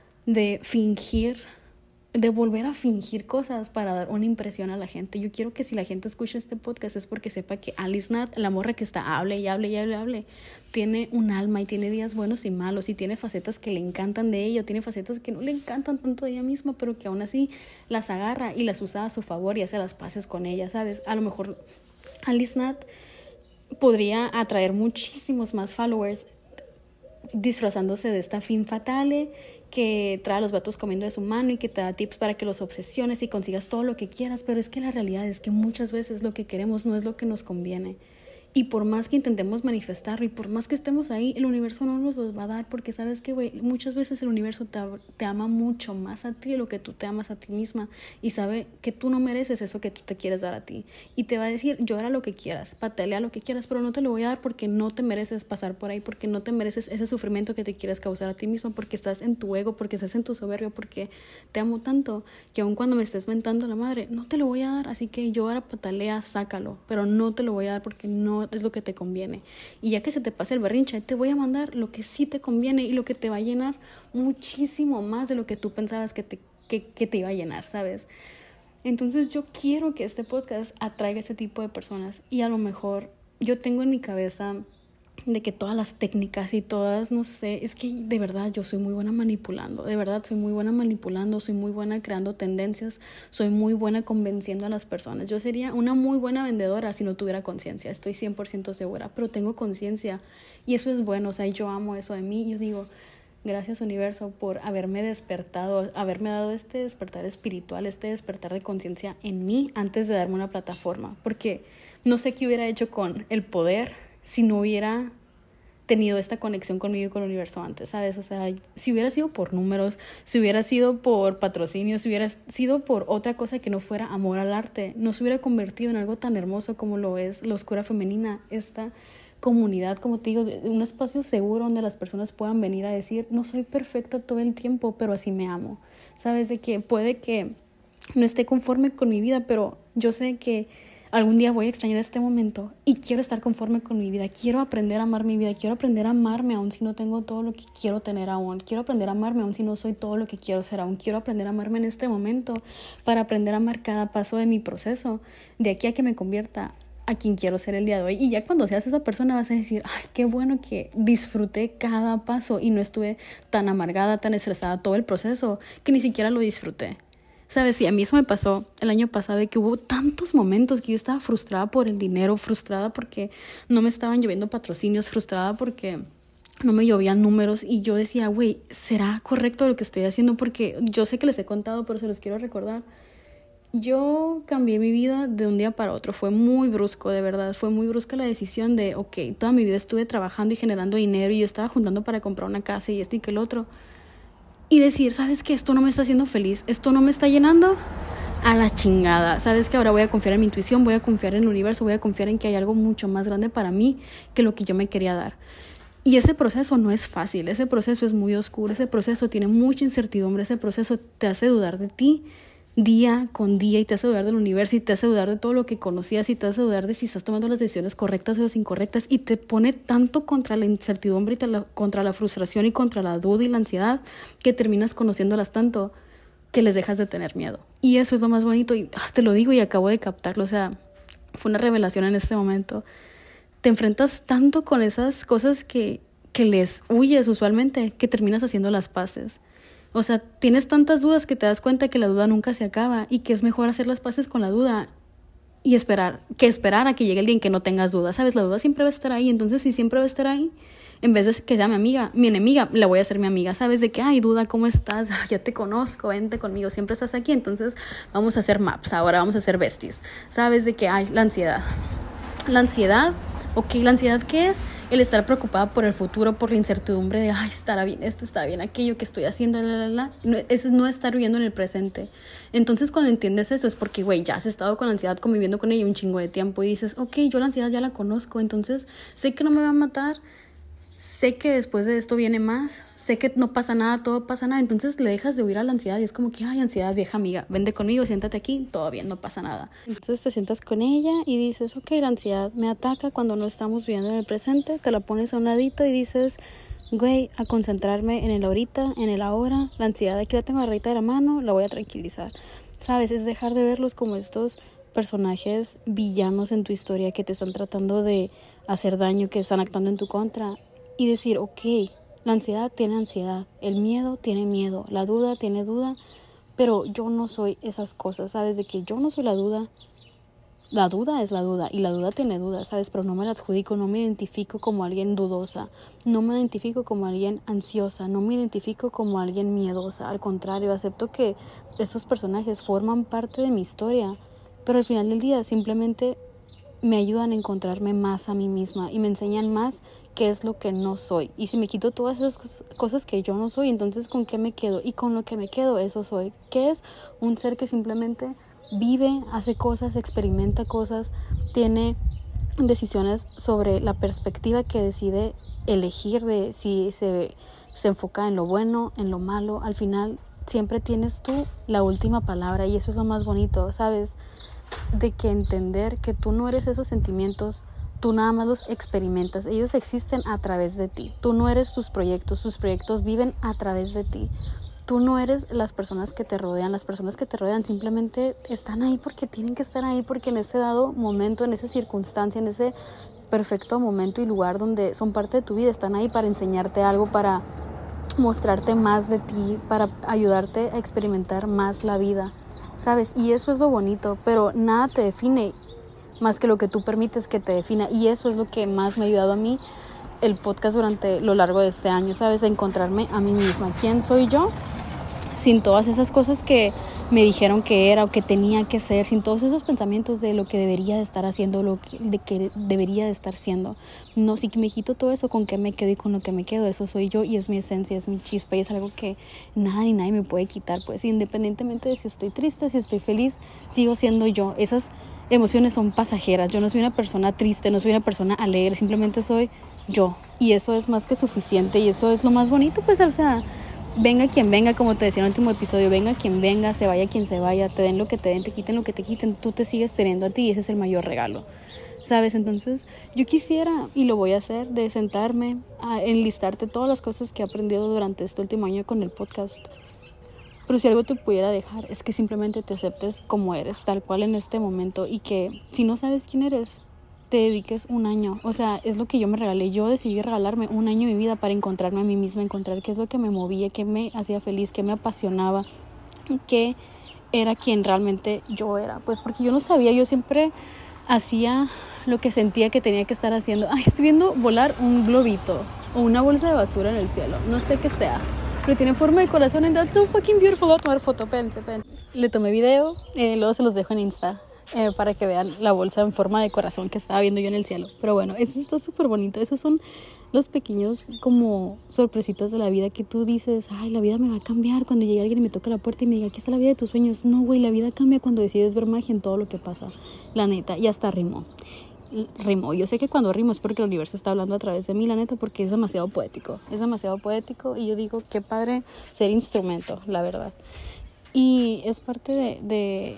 de fingir, de volver a fingir cosas para dar una impresión a la gente. Yo quiero que si la gente escucha este podcast es porque sepa que Alice Nat, la morra que está hable y hable y hable y hable, tiene un alma y tiene días buenos y malos y tiene facetas que le encantan de ella, tiene facetas que no le encantan tanto de ella misma, pero que aún así las agarra y las usa a su favor y hace las paces con ella, ¿sabes? A lo mejor Alice Nat podría atraer muchísimos más followers disfrazándose de esta femme fatale que trae a los vatos comiendo de su mano y que te da tips para que los obsesiones y consigas todo lo que quieras, pero es que la realidad es que muchas veces lo que queremos no es lo que nos conviene. Y por más que intentemos manifestarlo y por más que estemos ahí, el universo no nos los va a dar, porque sabes que, güey, muchas veces el universo te, te ama mucho más a ti de lo que tú te amas a ti misma y sabe que tú no mereces eso que tú te quieres dar a ti. Y te va a decir, llora lo que quieras, patalea lo que quieras, pero no te lo voy a dar porque no te mereces pasar por ahí, porque no te mereces ese sufrimiento que te quieres causar a ti misma, porque estás en tu ego, porque estás en tu soberbia, porque te amo tanto que aun cuando me estés mentando la madre, no te lo voy a dar. Así que llora, patalea, sácalo, pero no te lo voy a dar porque no es lo que te conviene. Y ya que se te pase el berrinche, te voy a mandar lo que sí te conviene y lo que te va a llenar muchísimo más de lo que tú pensabas que te, que, que te iba a llenar, ¿sabes? Entonces yo quiero que este podcast atraiga a ese tipo de personas y a lo mejor yo tengo en mi cabeza de que todas las técnicas y todas, no sé, es que de verdad yo soy muy buena manipulando, de verdad soy muy buena manipulando, soy muy buena creando tendencias, soy muy buena convenciendo a las personas. Yo sería una muy buena vendedora si no tuviera conciencia, estoy cien por ciento segura, pero tengo conciencia y eso es bueno, o sea, yo amo eso de mí. Yo digo, gracias universo por haberme despertado, haberme dado este despertar espiritual, este despertar de conciencia en mí antes de darme una plataforma, porque no sé qué hubiera hecho con el poder si no hubiera tenido esta conexión conmigo y con el universo antes, ¿sabes? O sea, si hubiera sido por números, si hubiera sido por patrocinio, si hubiera sido por otra cosa que no fuera amor al arte, no se hubiera convertido en algo tan hermoso como lo es la Oscura Femenina, esta comunidad, como te digo, un espacio seguro donde las personas puedan venir a decir, no soy perfecta todo el tiempo, pero así me amo, ¿sabes? De que puede que no esté conforme con mi vida, pero yo sé que algún día voy a extrañar este momento y quiero estar conforme con mi vida, quiero aprender a amar mi vida, quiero aprender a amarme aún si no tengo todo lo que quiero tener aún, quiero aprender a amarme aún si no soy todo lo que quiero ser aún, quiero aprender a amarme en este momento para aprender a amar cada paso de mi proceso, de aquí a que me convierta a quien quiero ser el día de hoy. Y ya cuando seas esa persona vas a decir, ay, qué bueno que disfruté cada paso y no estuve tan amargada, tan estresada todo el proceso, que ni siquiera lo disfruté. ¿Sabes? Sí, a mí eso me pasó el año pasado, de que hubo tantos momentos que yo estaba frustrada por el dinero, frustrada porque no me estaban lloviendo patrocinios, frustrada porque no me llovían números y yo decía, güey, ¿será correcto lo que estoy haciendo? Porque yo sé que les he contado, pero se los quiero recordar. Yo cambié mi vida de un día para otro, fue muy brusco, de verdad, fue muy brusca la decisión de, ok, toda mi vida estuve trabajando y generando dinero y yo estaba juntando para comprar una casa y esto y que el otro. Y decir, ¿sabes qué? Esto no me está haciendo feliz, esto no me está llenando, a la chingada. ¿Sabes qué? Ahora voy a confiar en mi intuición, voy a confiar en el universo, voy a confiar en que hay algo mucho más grande para mí que lo que yo me quería dar. Y ese proceso no es fácil, ese proceso es muy oscuro, ese proceso tiene mucha incertidumbre, ese proceso te hace dudar de ti día con día y te hace dudar del universo y te hace dudar de todo lo que conocías y te hace dudar de si estás tomando las decisiones correctas o las incorrectas y te pone tanto contra la incertidumbre y la, contra la frustración y contra la duda y la ansiedad que terminas conociéndolas tanto que les dejas de tener miedo. Y eso es lo más bonito y ah, te lo digo y acabo de captarlo, o sea, fue una revelación en este momento. Te enfrentas tanto con esas cosas que, que les huyes usualmente que terminas haciendo las paces. O sea, tienes tantas dudas que te das cuenta que la duda nunca se acaba y que es mejor hacer las paces con la duda y esperar, que esperar a que llegue el día en que no tengas dudas. ¿Sabes? La duda siempre va a estar ahí, entonces si siempre va a estar ahí, en vez de que sea mi amiga, mi enemiga, la voy a hacer mi amiga. ¿Sabes? De que, ay, duda, ¿cómo estás? Ah, ya te conozco, vente conmigo, siempre estás aquí, entonces vamos a hacer maps, ahora vamos a hacer besties. ¿Sabes? De que, ay, la ansiedad. La ansiedad, ok, ¿la ansiedad qué es? El estar preocupada por el futuro, por la incertidumbre de, ay, estará bien esto, estará bien aquello que estoy haciendo, la, la, la. No, es no estar viviendo en el presente. Entonces, cuando entiendes eso, es porque, güey, ya has estado con la ansiedad, conviviendo con ella un chingo de tiempo y dices, ok, yo la ansiedad ya la conozco, entonces sé que no me va a matar, sé que después de esto viene más, sé que no pasa nada, todo pasa nada, entonces le dejas de huir a la ansiedad y es como que, ay, ansiedad, vieja amiga, vente conmigo, siéntate aquí, todo bien, no pasa nada. Entonces te sientas con ella y dices, ok, la ansiedad me ataca cuando no estamos viviendo en el presente, te la pones a un ladito y dices, güey, a concentrarme en el ahorita, en el ahora, la ansiedad aquí la tengo agarradita de la mano, la voy a tranquilizar. ¿Sabes? Es dejar de verlos como estos personajes villanos en tu historia que te están tratando de hacer daño, que están actuando en tu contra. Y decir, ok, la ansiedad tiene ansiedad, el miedo tiene miedo, la duda tiene duda, pero yo no soy esas cosas, ¿sabes? De que yo no soy la duda, la duda es la duda y la duda tiene dudas, ¿sabes? Pero no me la adjudico, no me identifico como alguien dudosa, no me identifico como alguien ansiosa, no me identifico como alguien miedosa. Al contrario, acepto que estos personajes forman parte de mi historia, pero al final del día simplemente me ayudan a encontrarme más a mí misma y me enseñan más qué es lo que no soy. Y si me quito todas esas cosas que yo no soy, entonces ¿con qué me quedo? Y con lo que me quedo, eso soy. ¿Qué es? Un ser que simplemente vive, hace cosas, experimenta cosas, tiene decisiones sobre la perspectiva que decide elegir de si se, se enfoca en lo bueno, en lo malo. Al final siempre tienes tú la última palabra y eso es lo más bonito, ¿sabes? De que entender que tú no eres esos sentimientos, tú nada más los experimentas, ellos existen a través de ti, tú no eres tus proyectos, tus proyectos viven a través de ti, tú no eres las personas que te rodean, las personas que te rodean simplemente están ahí porque tienen que estar ahí, porque en ese dado momento, en esa circunstancia, en ese perfecto momento y lugar donde son parte de tu vida, están ahí para enseñarte algo, para mostrarte más de ti, para ayudarte a experimentar más la vida, ¿sabes? Y eso es lo bonito, pero nada te define más que lo que tú permites que te defina, y eso es lo que más me ha ayudado a mí el podcast durante lo largo de este año, ¿sabes? A encontrarme a mí misma, quién soy yo, sin todas esas cosas que me dijeron que era o que tenía que ser, sin todos esos pensamientos de lo que debería de estar haciendo, lo que, de que debería de estar siendo. No, si me quito todo eso, ¿con qué me quedo? Y con lo que me quedo, eso soy yo y es mi esencia, es mi chispa y es algo que nada ni nadie me puede quitar, pues independientemente de si estoy triste, si estoy feliz, sigo siendo yo. Esas emociones son pasajeras, yo no soy una persona triste, no soy una persona alegre, simplemente soy yo y eso es más que suficiente y eso es lo más bonito, pues, o sea, venga quien venga, como te decía en el último episodio, venga quien venga, se vaya quien se vaya, te den lo que te den, te quiten lo que te quiten, tú te sigues teniendo a ti y ese es el mayor regalo, ¿sabes? Entonces yo quisiera, y lo voy a hacer, de sentarme a enlistarte todas las cosas que he aprendido durante este último año con el podcast. Pero si algo te pudiera dejar es que simplemente te aceptes como eres, tal cual en este momento, y que si no sabes quién eres, te dediques un año. O sea, es lo que yo me regalé. Yo decidí regalarme un año de mi vida para encontrarme a mí misma, encontrar qué es lo que me movía, qué me hacía feliz, qué me apasionaba, qué era quien realmente yo era. Pues porque yo no sabía, yo siempre hacía lo que sentía que tenía que estar haciendo. Ay, estoy viendo volar un globito o una bolsa de basura en el cielo, no sé qué sea, pero tiene forma de corazón and that's so fucking beautiful. Voy a tomar foto, pense, pense. Le tomé video, eh, luego se los dejo en Insta eh, para que vean la bolsa en forma de corazón que estaba viendo yo en el cielo. Pero bueno, eso está súper bonito. Esos son los pequeños como sorpresitas de la vida que tú dices, ay, la vida me va a cambiar cuando llegue alguien y me toque la puerta y me diga, aquí está la vida de tus sueños. No, güey, la vida cambia cuando decides ver magia en todo lo que pasa, la neta. Y hasta rimó. Rimo. Yo sé que cuando rimo es porque el universo está hablando a través de mí, la neta, porque es demasiado poético, es demasiado poético y yo digo, qué padre ser instrumento, la verdad. Y es parte de, de,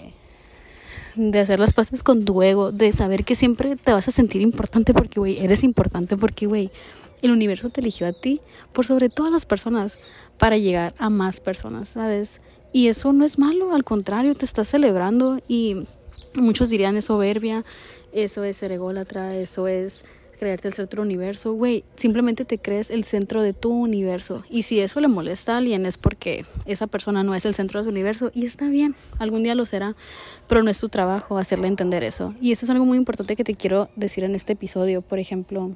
de hacer las paces con tu ego, de saber que siempre te vas a sentir importante porque, güey, eres importante porque, güey, el universo te eligió a ti por sobre todas las personas para llegar a más personas, ¿sabes? Y eso no es malo, al contrario, te estás celebrando y muchos dirían es soberbia, eso es ser ególatra, eso es creerte el centro del universo. Güey, simplemente te crees el centro de tu universo. Y si eso le molesta a alguien es porque esa persona no es el centro de su universo. Y está bien, algún día lo será, pero no es tu trabajo hacerle entender eso. Y eso es algo muy importante que te quiero decir en este episodio. Por ejemplo,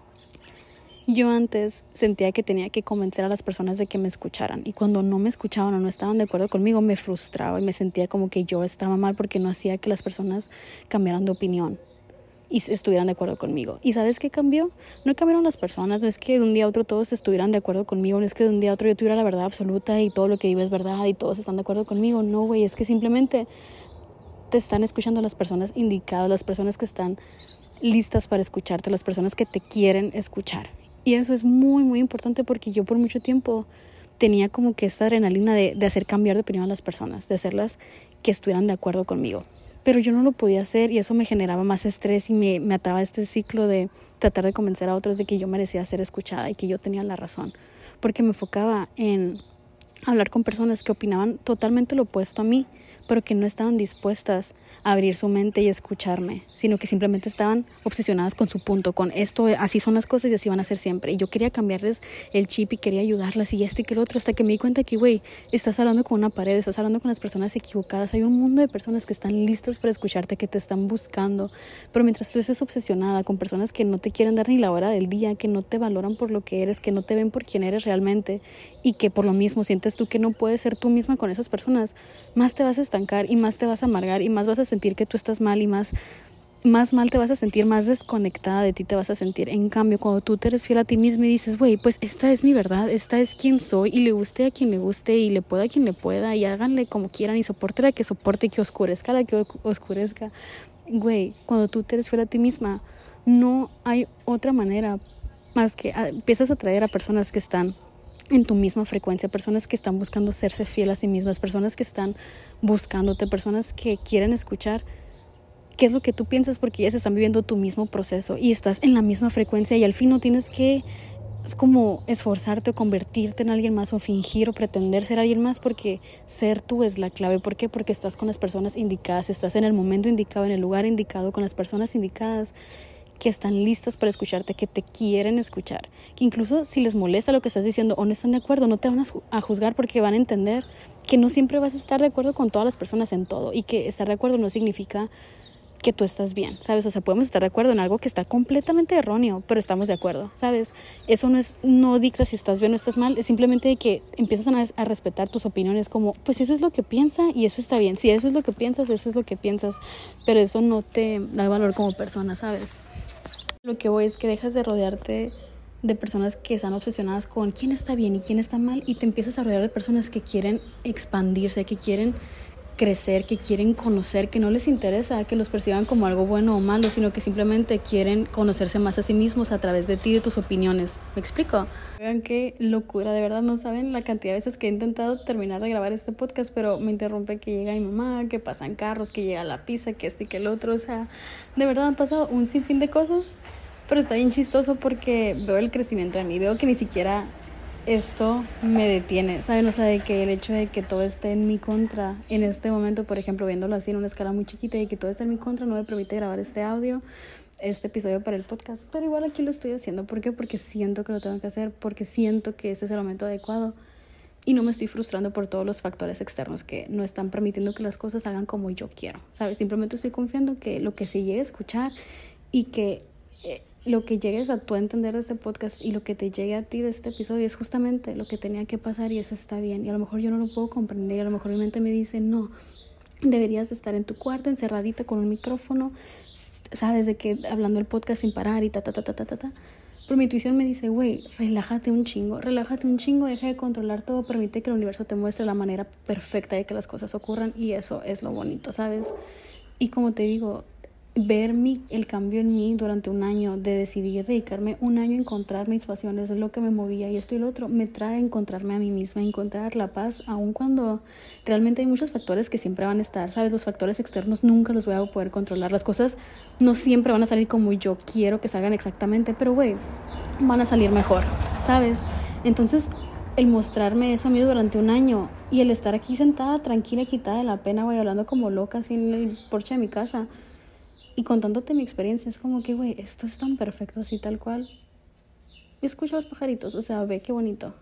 yo antes sentía que tenía que convencer a las personas de que me escucharan. Y cuando no me escuchaban o no estaban de acuerdo conmigo, me frustraba y me sentía como que yo estaba mal porque no hacía que las personas cambiaran de opinión y estuvieran de acuerdo conmigo. ¿Y sabes qué cambió? No cambiaron las personas, no es que de un día a otro todos estuvieran de acuerdo conmigo, no es que de un día a otro yo tuviera la verdad absoluta y todo lo que digo es verdad y todos están de acuerdo conmigo. No, güey, es que simplemente te están escuchando las personas indicadas, las personas que están listas para escucharte, las personas que te quieren escuchar. Y eso es muy, muy importante porque yo por mucho tiempo tenía como que esta adrenalina de, de hacer cambiar de opinión a las personas, de hacerlas que estuvieran de acuerdo conmigo. Pero yo no lo podía hacer y eso me generaba más estrés y me, me ataba a este ciclo de tratar de convencer a otros de que yo merecía ser escuchada y que yo tenía la razón. Porque me enfocaba en hablar con personas que opinaban totalmente lo opuesto a mí, pero que no estaban dispuestas a abrir su mente y escucharme, sino que simplemente estaban obsesionadas con su punto, con esto, así son las cosas y así van a ser siempre. Y yo quería cambiarles el chip y quería ayudarlas y esto y que lo otro, hasta que me di cuenta que, güey, estás hablando con una pared, estás hablando con las personas equivocadas. Hay un mundo de personas que están listas para escucharte, que te están buscando, pero mientras tú estés obsesionada con personas que no te quieren dar ni la hora del día, que no te valoran por lo que eres, que no te ven por quién eres realmente y que por lo mismo sientes tú que no puedes ser tú misma con esas personas, más te vas a estancar y más te vas a amargar y más vas a sentir que tú estás mal y más, más mal te vas a sentir, más desconectada de ti te vas a sentir. En cambio, cuando tú te eres fiel a ti misma y dices, güey, pues esta es mi verdad, esta es quien soy y le guste a quien le guste y le pueda a quien le pueda y háganle como quieran y soporte la que soporte y que oscurezca la que oscurezca. Güey, cuando tú te eres fiel a ti misma, no hay otra manera más que a, empiezas a atraer a personas que están en tu misma frecuencia, personas que están buscando serse fiel a sí mismas, personas que están buscándote, personas que quieren escuchar qué es lo que tú piensas porque ellas están viviendo tu mismo proceso y estás en la misma frecuencia y al fin no tienes que es como esforzarte o convertirte en alguien más o fingir o pretender ser alguien más, porque ser tú es la clave. ¿Por qué? Porque estás con las personas indicadas, estás en el momento indicado, en el lugar indicado, con las personas indicadas que están listas para escucharte, que te quieren escuchar, que incluso si les molesta lo que estás diciendo o no están de acuerdo, no te van a juzgar porque van a entender que no siempre vas a estar de acuerdo con todas las personas en todo y que estar de acuerdo no significa que tú estás bien, ¿sabes? O sea, podemos estar de acuerdo en algo que está completamente erróneo, pero estamos de acuerdo, ¿sabes? Eso no es, no dicta si estás bien o estás mal, es simplemente que empiezas a, a respetar tus opiniones como, pues eso es lo que piensa y eso está bien. Si eso es lo que piensas, eso es lo que piensas, pero eso no te da valor como persona, ¿sabes? Lo que voy es que dejas de rodearte de personas que están obsesionadas con quién está bien y quién está mal y te empiezas a rodear de personas que quieren expandirse, que quieren crecer, que quieren conocer, que no les interesa que los perciban como algo bueno o malo, sino que simplemente quieren conocerse más a sí mismos a través de ti y de tus opiniones. ¿Me explico? Vean qué locura, de verdad no saben la cantidad de veces que he intentado terminar de grabar este podcast, pero me interrumpe que llega mi mamá, que pasan carros, que llega la pizza, que esto y que el otro. O sea, de verdad han pasado un sinfín de cosas, pero está bien chistoso porque veo el crecimiento de mí, veo que ni siquiera esto me detiene, ¿saben? O sea, de que el hecho de que todo esté en mi contra en este momento, por ejemplo, viéndolo así en una escala muy chiquita y que todo esté en mi contra no me permite grabar este audio, este episodio para el podcast, pero igual aquí lo estoy haciendo. ¿Por qué? Porque siento que lo tengo que hacer, porque siento que ese es el momento adecuado y no me estoy frustrando por todos los factores externos que no están permitiendo que las cosas salgan como yo quiero, ¿sabes? Simplemente estoy confiando que lo que se llegue a escuchar y que eh, lo que llegues a tú a entender de este podcast y lo que te llegue a ti de este episodio es justamente lo que tenía que pasar y eso está bien. Y a lo mejor yo no lo puedo comprender y a lo mejor mi mente me dice, no, deberías estar en tu cuarto encerradita con un micrófono, sabes, de que hablando el podcast sin parar y ta, ta, ta, ta, ta, ta, ta. Pero mi intuición me dice, güey, relájate un chingo, relájate un chingo, deja de controlar todo, permite que el universo te muestre la manera perfecta de que las cosas ocurran y eso es lo bonito, ¿sabes? Y como te digo, ver mi, el cambio en mí durante un año, de decidir dedicarme un año a encontrar mis pasiones, es lo que me movía y esto y lo otro, me trae a encontrarme a mí misma, a encontrar la paz, aun cuando realmente hay muchos factores que siempre van a estar, ¿sabes? Los factores externos nunca los voy a poder controlar, las cosas no siempre van a salir como yo quiero que salgan exactamente, pero güey, van a salir mejor, ¿sabes? Entonces, el mostrarme eso a mí durante un año y el estar aquí sentada, tranquila, quitada de la pena, güey, hablando como loca así en el porche de mi casa y contándote mi experiencia, es como que, güey, esto es tan perfecto así tal cual. Escucha los pajaritos, o sea, ve qué bonito.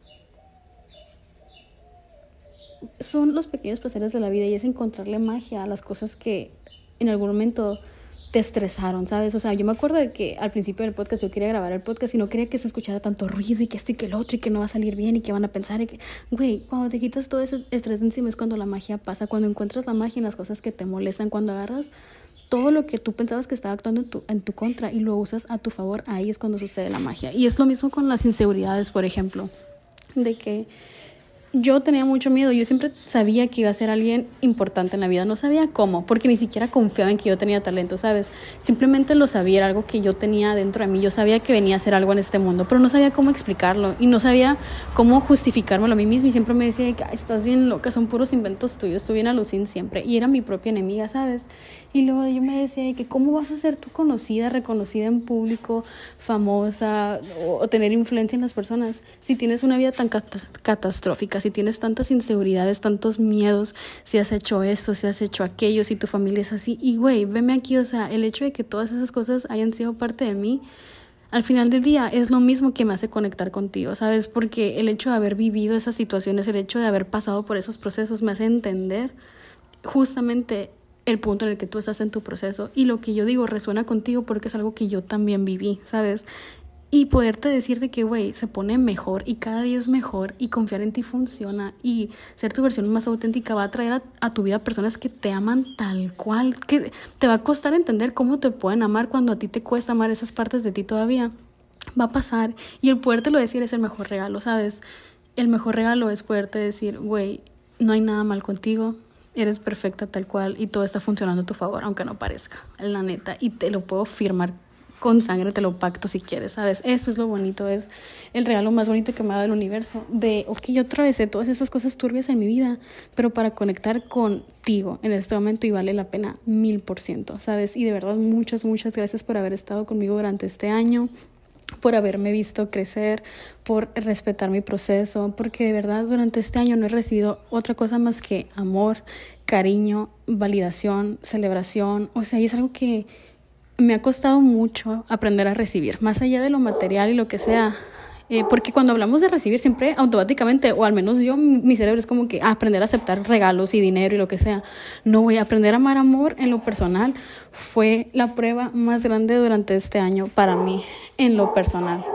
Son los pequeños placeres de la vida y es encontrarle magia a las cosas que en algún momento te estresaron, ¿sabes? O sea, yo me acuerdo de que al principio del podcast yo quería grabar el podcast y no quería que se escuchara tanto ruido y que esto y que el otro y que no va a salir bien y que van a pensar y que... Güey, cuando te quitas todo ese estrés de encima es cuando la magia pasa, cuando encuentras la magia en las cosas que te molestan, cuando agarras todo lo que tú pensabas que estaba actuando en tu, en tu contra y lo usas a tu favor, ahí es cuando sucede la magia. Y es lo mismo con las inseguridades, por ejemplo, de que yo tenía mucho miedo, yo siempre sabía que iba a ser alguien importante en la vida, no sabía cómo, porque ni siquiera confiaba en que yo tenía talento, ¿sabes? Simplemente lo sabía, era algo que yo tenía dentro de mí, yo sabía que venía a hacer algo en este mundo, pero no sabía cómo explicarlo y no sabía cómo justificármelo a mí misma y siempre me decía que estás bien loca, son puros inventos tuyos, tú bien alucin siempre, y era mi propia enemiga, ¿sabes? Y luego yo me decía que cómo vas a ser tú conocida, reconocida en público, famosa o, o tener influencia en las personas si tienes una vida tan cat- catastrófica, si tienes tantas inseguridades, tantos miedos, si has hecho esto, si has hecho aquello, si tu familia es así, y güey, veme aquí, o sea, el hecho de que todas esas cosas hayan sido parte de mí, al final del día es lo mismo que me hace conectar contigo, ¿sabes? Porque el hecho de haber vivido esas situaciones, el hecho de haber pasado por esos procesos me hace entender justamente el punto en el que tú estás en tu proceso, y lo que yo digo resuena contigo porque es algo que yo también viví, ¿sabes? Y poderte decirte que, güey, se pone mejor y cada día es mejor, y confiar en ti funciona, y ser tu versión más auténtica va a traer a, a tu vida personas que te aman tal cual, que te va a costar entender cómo te pueden amar cuando a ti te cuesta amar esas partes de ti todavía. Va a pasar, y el podértelo decir es el mejor regalo, ¿sabes? El mejor regalo es poderte decir, güey, no hay nada mal contigo, eres perfecta tal cual y todo está funcionando a tu favor, aunque no parezca, la neta, y te lo puedo firmar con sangre, te lo pacto si quieres, ¿sabes? Eso es lo bonito, es el regalo más bonito que me ha dado el universo, de, ok, yo atravesé todas esas cosas turbias en mi vida, pero para conectar contigo en este momento, y vale la pena mil por ciento, ¿sabes? Y de verdad, muchas, muchas gracias por haber estado conmigo durante este año, por haberme visto crecer, por respetar mi proceso, porque de verdad durante este año no he recibido otra cosa más que amor, cariño, validación, celebración, o sea, y es algo que me ha costado mucho aprender a recibir, más allá de lo material y lo que sea, eh, porque cuando hablamos de recibir siempre automáticamente, o al menos yo, mi cerebro es como que ah, aprender a aceptar regalos y dinero y lo que sea. No, voy a aprender a amar amor en lo personal. Fue la prueba más grande durante este año para mí, en lo personal.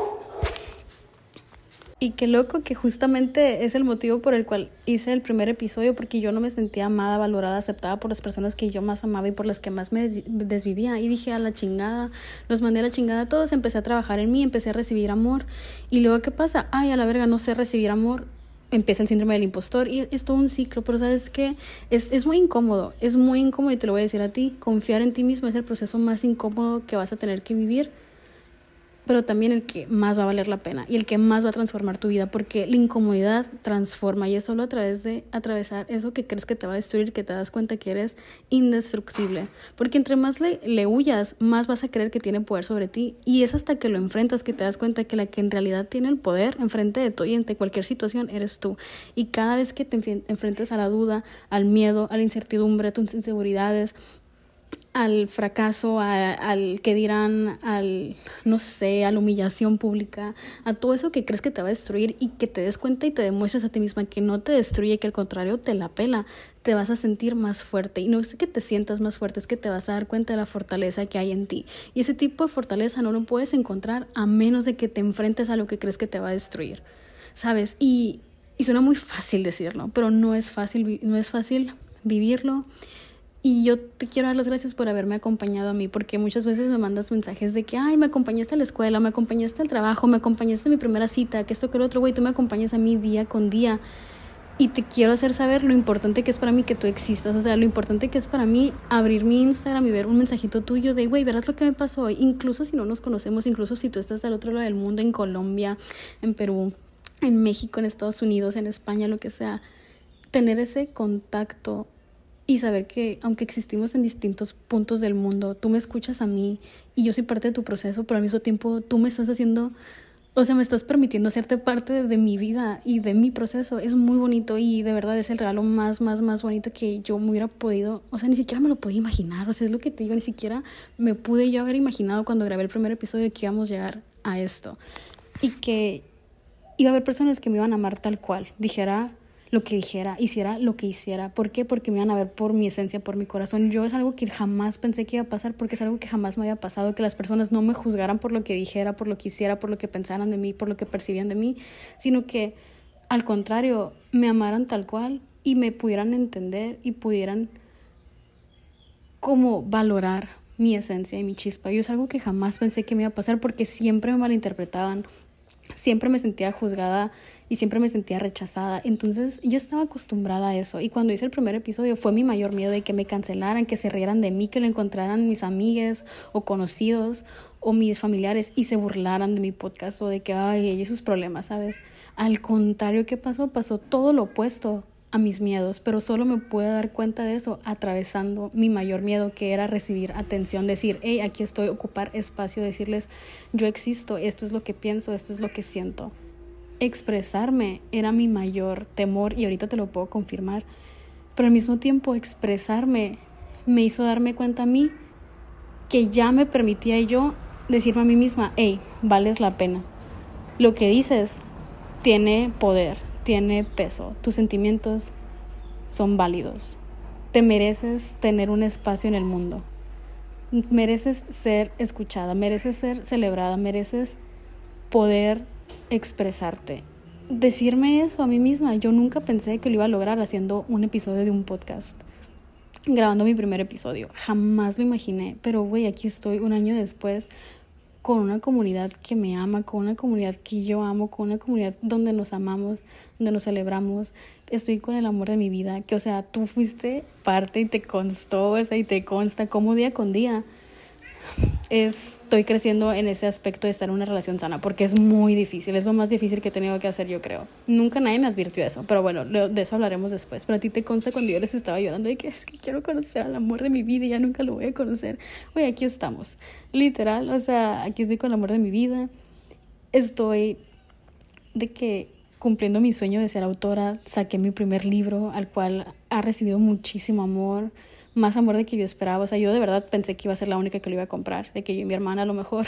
Y qué loco que justamente es el motivo por el cual hice el primer episodio, porque yo no me sentía amada, valorada, aceptada por las personas que yo más amaba y por las que más me desvivía. Y dije, a la chingada, los mandé a la chingada a todos, empecé a trabajar en mí, empecé a recibir amor. Y luego, ¿qué pasa? Ay, a la verga, no sé recibir amor. Empieza el síndrome del impostor y es todo un ciclo, pero ¿sabes qué? Es, es muy incómodo, es muy incómodo, y te lo voy a decir a ti. Confiar en ti mismo es el proceso más incómodo que vas a tener que vivir, pero también el que más va a valer la pena y el que más va a transformar tu vida, porque la incomodidad transforma, y es solo a través de atravesar eso que crees que te va a destruir que te das cuenta que eres indestructible, porque entre más le, le huyas, más vas a creer que tiene poder sobre ti, y es hasta que lo enfrentas que te das cuenta que la que en realidad tiene el poder enfrente de tú y ante cualquier situación eres tú. Y cada vez que te enfrentes a la duda, al miedo, a la incertidumbre, a tus inseguridades, al fracaso, a, al que dirán, al, no sé, a la humillación pública, a todo eso que crees que te va a destruir, y que te des cuenta y te demuestres a ti misma que no te destruye, que al contrario te la pela, te vas a sentir más fuerte. Y no es que te sientas más fuerte, es que te vas a dar cuenta de la fortaleza que hay en ti. Y ese tipo de fortaleza no lo puedes encontrar a menos de que te enfrentes a lo que crees que te va a destruir, ¿sabes? Y, y suena muy fácil decirlo, pero no es fácil, no es fácil vivirlo. Y yo te quiero dar las gracias por haberme acompañado a mí, porque muchas veces me mandas mensajes de que, ay, me acompañaste a la escuela, me acompañaste al trabajo, me acompañaste a mi primera cita, que esto, que lo otro, güey, tú me acompañas a mí día con día. Y te quiero hacer saber lo importante que es para mí que tú existas, o sea, lo importante que es para mí abrir mi Instagram y ver un mensajito tuyo de, güey, verás lo que me pasó hoy, incluso si no nos conocemos, incluso si tú estás del otro lado del mundo, en Colombia, en Perú, en México, en Estados Unidos, en España, lo que sea, tener ese contacto y saber que aunque existimos en distintos puntos del mundo, tú me escuchas a mí y yo soy parte de tu proceso, pero al mismo tiempo tú me estás haciendo, o sea, me estás permitiendo hacerte parte de, de mi vida y de mi proceso. Es muy bonito, y de verdad es el regalo más, más, más bonito que yo me hubiera podido, o sea, ni siquiera me lo podía imaginar. O sea, es lo que te digo, ni siquiera me pude yo haber imaginado cuando grabé el primer episodio que íbamos a llegar a esto, y que iba a haber personas que me iban a amar tal cual, dijera lo que dijera, hiciera lo que hiciera. ¿Por qué? Porque me iban a ver por mi esencia, por mi corazón. Yo es algo que jamás pensé que iba a pasar, porque es algo que jamás me había pasado, que las personas no me juzgaran por lo que dijera, por lo que hiciera, por lo que pensaran de mí, por lo que percibían de mí, sino que al contrario, me amaran tal cual y me pudieran entender y pudieran como valorar mi esencia y mi chispa. Yo es algo que jamás pensé que me iba a pasar, porque siempre me malinterpretaban, siempre me sentía juzgada y siempre me sentía rechazada. Entonces yo estaba acostumbrada a eso, y cuando hice el primer episodio fue mi mayor miedo, de que me cancelaran, que se rieran de mí, que lo encontraran mis amigues o conocidos o mis familiares y se burlaran de mi podcast, o de que ay, y sus problemas, ¿sabes? Al contrario, ¿qué pasó? Pasó todo lo opuesto a mis miedos, pero solo me pude dar cuenta de eso atravesando mi mayor miedo, que era recibir atención, decir, hey, aquí estoy, ocupar espacio, decirles, yo existo, esto es lo que pienso, esto es lo que siento. expresarme era mi mayor temor y ahorita te lo puedo confirmar. Pero al mismo tiempo expresarme me hizo darme cuenta a mí que ya me permitía yo decirme a mí misma, hey, vales la pena. Lo que dices tiene poder, tiene peso. Tus sentimientos son válidos. Te mereces tener un espacio en el mundo. Mereces ser escuchada, mereces ser celebrada, mereces poder expresarte. Decirme eso a mí misma, yo nunca pensé que lo iba a lograr haciendo un episodio de un podcast, grabando mi primer episodio, jamás lo imaginé, pero güey, aquí estoy un año después con una comunidad que me ama, con una comunidad que yo amo, con una comunidad donde nos amamos, donde nos celebramos. Estoy con el amor de mi vida, que o sea, tú fuiste parte y te constó, o sea, y te consta como día con día estoy creciendo en ese aspecto de estar en una relación sana, porque es muy difícil, es lo más difícil que he tenido que hacer, yo creo. Nunca nadie me advirtió eso, pero bueno, de eso hablaremos después. Pero a ti te consta cuando yo les estaba llorando de que es que quiero conocer al amor de mi vida y ya nunca lo voy a conocer. Oye, aquí estamos, literal, o sea, aquí estoy con el amor de mi vida. Estoy de que cumpliendo mi sueño de ser autora, saqué mi primer libro, al cual ha recibido muchísimo amor, más amor de que yo esperaba. O sea, yo de verdad pensé que iba a ser la única que lo iba a comprar, de que yo y mi hermana a lo mejor.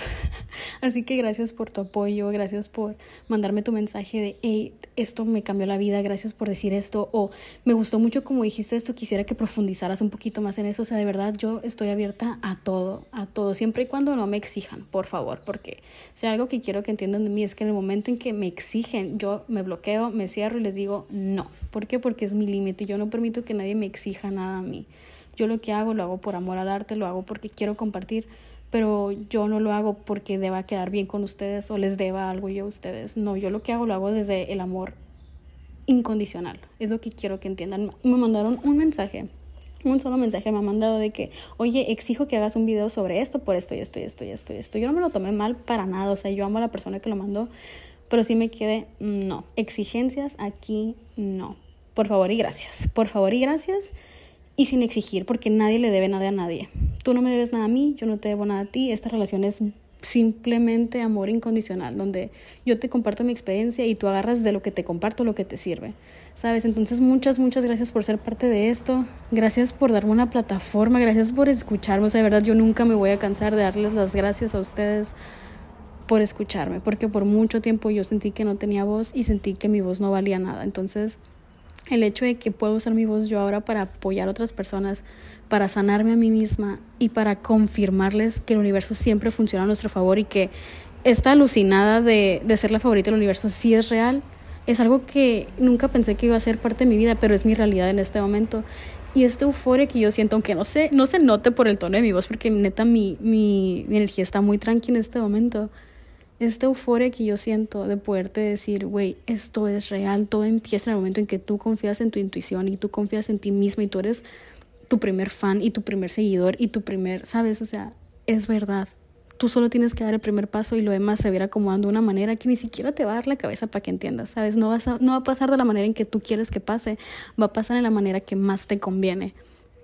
Así que gracias por tu apoyo, gracias por mandarme tu mensaje de, hey, esto me cambió la vida, gracias por decir esto, o me gustó mucho como dijiste esto, quisiera que profundizaras un poquito más en eso. O sea, de verdad yo estoy abierta a todo, a todo, siempre y cuando no me exijan, por favor, porque si algo que quiero que entiendan de mí es que en el momento en que me exigen, yo me bloqueo, me cierro y les digo no. ¿Por qué? Porque es mi límite y yo no permito que nadie me exija nada a mí. Yo lo que hago, lo hago por amor al arte, lo hago porque quiero compartir, pero yo no lo hago porque deba quedar bien con ustedes o les deba algo yo a ustedes. No, yo lo que hago, lo hago desde el amor incondicional. Es lo que quiero que entiendan. Me mandaron un mensaje, un solo mensaje me han mandado de que, oye, exijo que hagas un video sobre esto, por esto y esto y esto y esto y esto. Yo no me lo tomé mal para nada, o sea, yo amo a la persona que lo mandó, pero sí me quedé, no, exigencias aquí no. Por favor y gracias, por favor y gracias. Y sin exigir, porque nadie le debe nada a nadie. Tú no me debes nada a mí, yo no te debo nada a ti. Esta relación es simplemente amor incondicional, donde yo te comparto mi experiencia y tú agarras de lo que te comparto lo que te sirve, ¿sabes? Entonces muchas, muchas gracias por ser parte de esto. Gracias por darme una plataforma, gracias por escucharme. O sea, de verdad, yo nunca me voy a cansar de darles las gracias a ustedes por escucharme, porque por mucho tiempo yo sentí que no tenía voz y sentí que mi voz no valía nada. Entonces el hecho de que puedo usar mi voz yo ahora para apoyar a otras personas, para sanarme a mí misma y para confirmarles que el universo siempre funciona a nuestro favor y que esta alucinada de, de ser la favorita del universo sí es real, es algo que nunca pensé que iba a ser parte de mi vida, pero es mi realidad en este momento. Y esta euforia que yo siento, aunque no se, no se note por el tono de mi voz, porque neta mi, mi, mi energía está muy tranquila en este momento, esta euforia que yo siento de poderte decir, güey, esto es real, todo empieza en el momento en que tú confías en tu intuición y tú confías en ti misma y tú eres tu primer fan y tu primer seguidor y tu primer, ¿sabes? O sea, es verdad. Tú solo tienes que dar el primer paso y lo demás se va a ir acomodando de una manera que ni siquiera te va a dar la cabeza para que entiendas, ¿sabes? No, vas a, no va a pasar de la manera en que tú quieres que pase, va a pasar en la manera que más te conviene.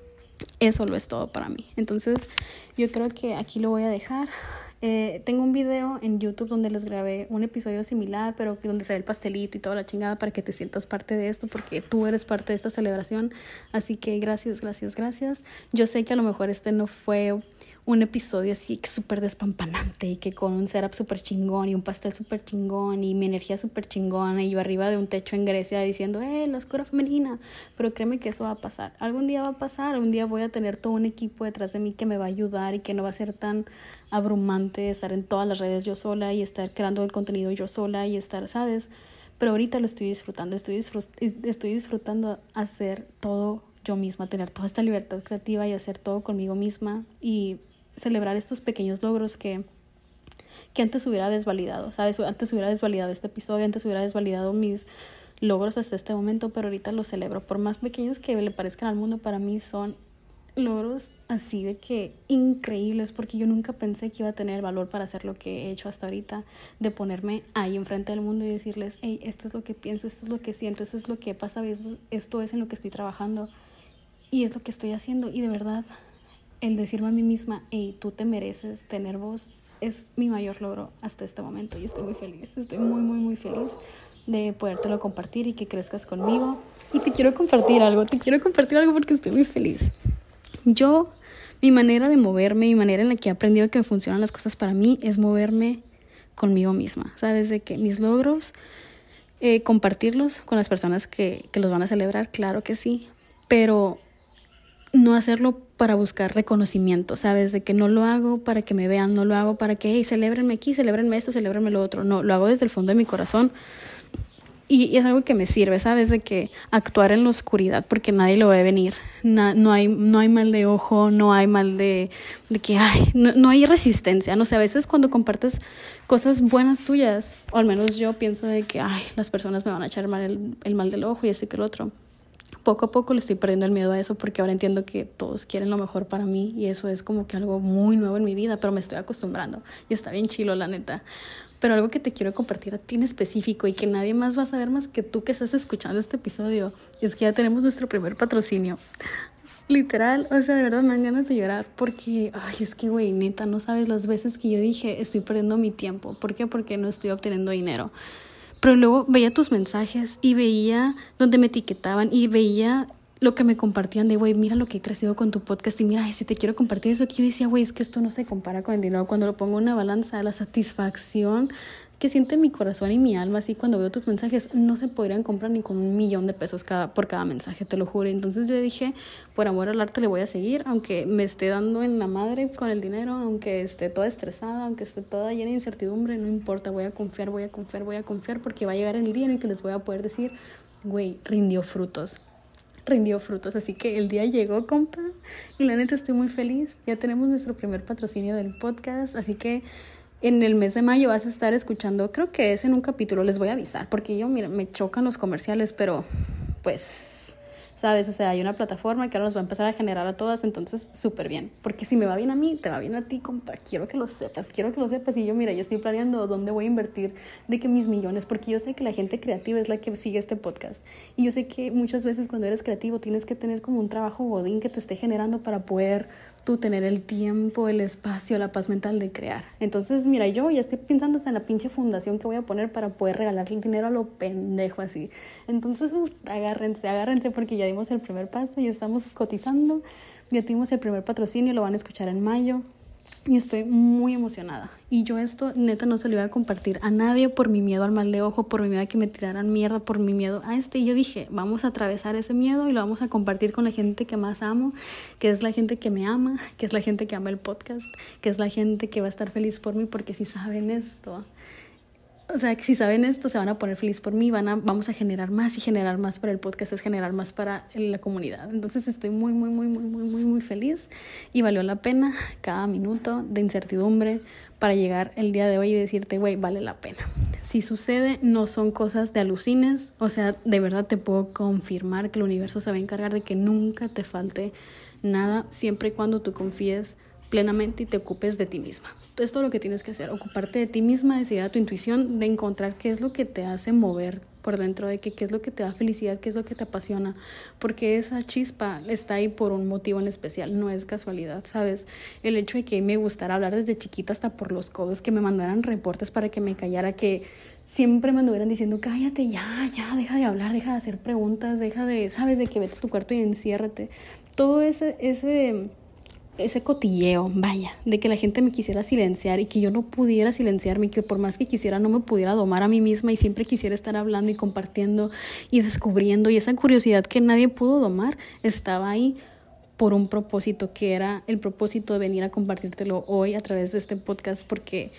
Eso lo es todo para mí. Entonces, yo creo que aquí lo voy a dejar. Eh, tengo un video en YouTube donde les grabé un episodio similar, pero donde se ve el pastelito y toda la chingada para que te sientas parte de esto, porque tú eres parte de esta celebración. Así que gracias, gracias, gracias. Yo sé que a lo mejor este no fue un episodio así súper despampanante y que con un setup súper chingón y un pastel súper chingón y mi energía súper chingona y yo arriba de un techo en Grecia diciendo, eh, la oscura femenina. Pero créeme que eso va a pasar. Algún día va a pasar. Algún día voy a tener todo un equipo detrás de mí que me va a ayudar y que no va a ser tan abrumante estar en todas las redes yo sola y estar creando el contenido yo sola y estar, ¿sabes? Pero ahorita lo estoy disfrutando. Estoy, disfrut- estoy disfrutando hacer todo yo misma, tener toda esta libertad creativa y hacer todo conmigo misma y celebrar estos pequeños logros que, que antes hubiera desvalidado, ¿sabes? Antes hubiera desvalidado este episodio, antes hubiera desvalidado mis logros hasta este momento, pero ahorita los celebro. Por más pequeños que le parezcan al mundo, para mí son logros así de que increíbles, porque yo nunca pensé que iba a tener el valor para hacer lo que he hecho hasta ahorita, de ponerme ahí enfrente del mundo y decirles, hey, esto es lo que pienso, esto es lo que siento, esto es lo que pasa, esto, esto es en lo que estoy trabajando y es lo que estoy haciendo. Y de verdad, el decirme a mí misma, hey, tú te mereces tener voz, es mi mayor logro hasta este momento y estoy muy feliz, estoy muy, muy, muy feliz de podértelo compartir y que crezcas conmigo. Y te quiero compartir algo, te quiero compartir algo porque estoy muy feliz. Yo, mi manera de moverme, mi manera en la que he aprendido que funcionan las cosas para mí es moverme conmigo misma, ¿sabes? De que mis logros, eh, compartirlos con las personas que, que los van a celebrar, claro que sí, pero no hacerlo para buscar reconocimiento, ¿sabes? De que no lo hago para que me vean, no lo hago para que, hey, celébrenme aquí, celébrenme esto, celébrenme lo otro. No, lo hago desde el fondo de mi corazón. Y, y es algo que me sirve, ¿sabes? De que actuar en la oscuridad porque nadie lo ve venir. Na, no, hay, no hay mal de ojo, no hay mal de, de que, ay, no, no hay resistencia. No sé, a veces cuando compartes cosas buenas tuyas, o al menos yo pienso de que, ay, las personas me van a echar mal el, el mal del ojo y esto y que el otro. Poco a poco le estoy perdiendo el miedo a eso porque ahora entiendo que todos quieren lo mejor para mí y eso es como que algo muy nuevo en mi vida, pero me estoy acostumbrando y está bien chilo, la neta. Pero algo que te quiero compartir a ti en específico y que nadie más va a saber más que tú que estás escuchando este episodio es que ya tenemos nuestro primer patrocinio. Literal, o sea, de verdad me dan ganas de llorar porque, ay, es que, güey, neta, no sabes las veces que yo dije estoy perdiendo mi tiempo. ¿Por qué? Porque no estoy obteniendo dinero. Pero luego veía tus mensajes y veía donde me etiquetaban y veía lo que me compartían de, güey, mira lo que he crecido con tu podcast y mira, ay, si te quiero compartir eso, que yo decía, güey, es que esto no se compara con el dinero. Cuando lo pongo en una balanza, la satisfacción que siente mi corazón y mi alma, así cuando veo tus mensajes, no se podrían comprar ni con un millón de pesos cada, por cada mensaje, te lo juro. Entonces yo dije, por amor al arte le voy a seguir, aunque me esté dando en la madre con el dinero, aunque esté toda estresada, aunque esté toda llena de incertidumbre, no importa, voy a confiar, voy a confiar, voy a confiar, porque va a llegar el día en el que les voy a poder decir, güey, rindió frutos. rindió frutos, así que el día llegó, compa, y la neta estoy muy feliz. Ya tenemos nuestro primer patrocinio del podcast, así que en el mes de mayo vas a estar escuchando, creo que es en un capítulo, les voy a avisar, porque yo, mira, me chocan los comerciales, pero pues, ¿sabes? O sea, hay una plataforma que ahora nos va a empezar a generar a todas, entonces súper bien, porque si me va bien a mí, te va bien a ti, compa, quiero que lo sepas, quiero que lo sepas, y yo, mira, yo estoy planeando dónde voy a invertir de que mis millones, porque yo sé que la gente creativa es la que sigue este podcast, y yo sé que muchas veces cuando eres creativo tienes que tener como un trabajo godín que te esté generando para poder tú tener el tiempo, el espacio, la paz mental de crear. Entonces, mira, yo ya estoy pensando hasta en la pinche fundación que voy a poner para poder regalarle el dinero a lo pendejo así. Entonces, uh, agárrense, agárrense porque ya dimos el primer paso y estamos cotizando. Ya tuvimos el primer patrocinio, lo van a escuchar en mayo. Y estoy muy emocionada. Y yo esto, neta, no se lo iba a compartir a nadie por mi miedo al mal de ojo, por mi miedo a que me tiraran mierda, por mi miedo a este. Y yo dije, vamos a atravesar ese miedo y lo vamos a compartir con la gente que más amo, que es la gente que me ama, que es la gente que ama el podcast, que es la gente que va a estar feliz por mí, porque si saben esto... O sea, que si saben esto, se van a poner feliz por mí, van a, vamos a generar más y generar más para el podcast, es generar más para la comunidad. Entonces estoy muy, muy, muy, muy, muy, muy, muy feliz y valió la pena cada minuto de incertidumbre para llegar el día de hoy y decirte, güey, vale la pena. Si sucede, no son cosas de alucines, o sea, de verdad te puedo confirmar que el universo se va a encargar de que nunca te falte nada, siempre y cuando tú confíes plenamente y te ocupes de ti misma. Es todo lo que tienes que hacer, ocuparte de ti misma, de seguir a tu intuición, de encontrar qué es lo que te hace mover por dentro, de que, qué es lo que te da felicidad, qué es lo que te apasiona, porque esa chispa está ahí por un motivo en especial, no es casualidad, ¿sabes? El hecho de que me gustara hablar desde chiquita hasta por los codos, que me mandaran reportes para que me callara, que siempre me anduvieran diciendo, cállate ya, ya, deja de hablar, deja de hacer preguntas, deja de, ¿sabes? De que vete a tu cuarto y enciérrate. Todo ese... ese ese cotilleo, vaya, de que la gente me quisiera silenciar y que yo no pudiera silenciarme y que por más que quisiera no me pudiera domar a mí misma y siempre quisiera estar hablando y compartiendo y descubriendo, y esa curiosidad que nadie pudo domar estaba ahí por un propósito, que era el propósito de venir a compartírtelo hoy a través de este podcast, porque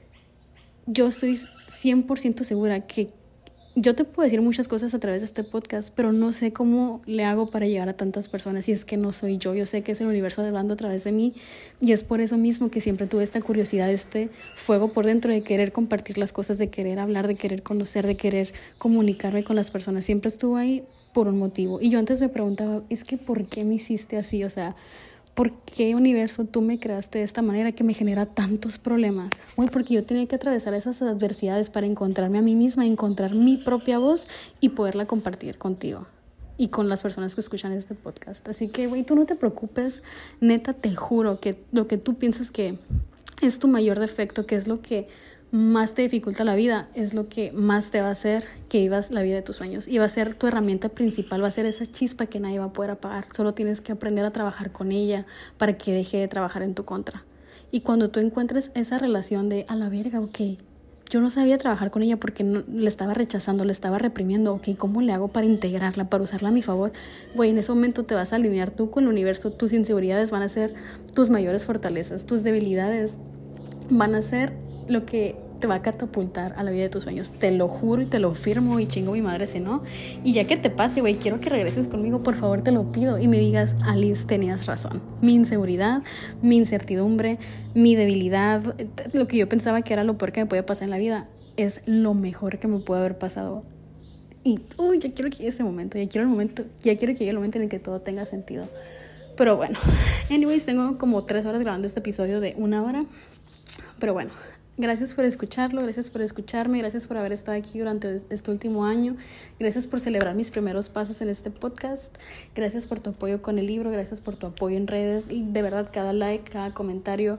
yo estoy cien por ciento segura que yo te puedo decir muchas cosas a través de este podcast, pero no sé cómo le hago para llegar a tantas personas, y es que no soy yo, yo sé que es el universo hablando a través de mí, y es por eso mismo que siempre tuve esta curiosidad, este fuego por dentro de querer compartir las cosas, de querer hablar, de querer conocer, de querer comunicarme con las personas, siempre estuvo ahí por un motivo. Y yo antes me preguntaba, es que ¿por qué me hiciste así? O sea, ¿por qué, universo, tú me creaste de esta manera que me genera tantos problemas? Uy, porque yo tenía que atravesar esas adversidades para encontrarme a mí misma, encontrar mi propia voz y poderla compartir contigo y con las personas que escuchan este podcast. Así que, güey, tú no te preocupes, neta, te juro que lo que tú piensas que es tu mayor defecto, qué es lo que más te dificulta la vida, es lo que más te va a hacer que vivas la vida de tus sueños. Y va a ser tu herramienta principal, va a ser esa chispa que nadie va a poder apagar. Solo tienes que aprender a trabajar con ella para que deje de trabajar en tu contra. Y cuando tú encuentres esa relación de, a la verga, ok, yo no sabía trabajar con ella porque no, le estaba rechazando, le estaba reprimiendo, ok, ¿cómo le hago para integrarla, para usarla a mi favor? Güey, en ese momento te vas a alinear tú con el universo, tus inseguridades van a ser tus mayores fortalezas, tus debilidades van a ser lo que te va a catapultar a la vida de tus sueños. Te lo juro y te lo firmo y chingo mi madre si no. Y ya que te pase, güey, quiero que regreses conmigo, por favor, te lo pido. Y me digas, Alice, tenías razón. Mi inseguridad, mi incertidumbre, mi debilidad, lo que yo pensaba que era lo peor que me podía pasar en la vida, es lo mejor que me puede haber pasado. Y, uy, ya quiero que llegue ese momento. Ya quiero el momento, ya quiero que llegue el momento en el que todo tenga sentido. Pero bueno, anyways, tengo como tres horas grabando este episodio de una hora. Pero bueno, gracias por escucharlo, gracias por escucharme, gracias por haber estado aquí durante este último año, gracias por celebrar mis primeros pasos en este podcast, gracias por tu apoyo con el libro, gracias por tu apoyo en redes, de verdad cada like, cada comentario,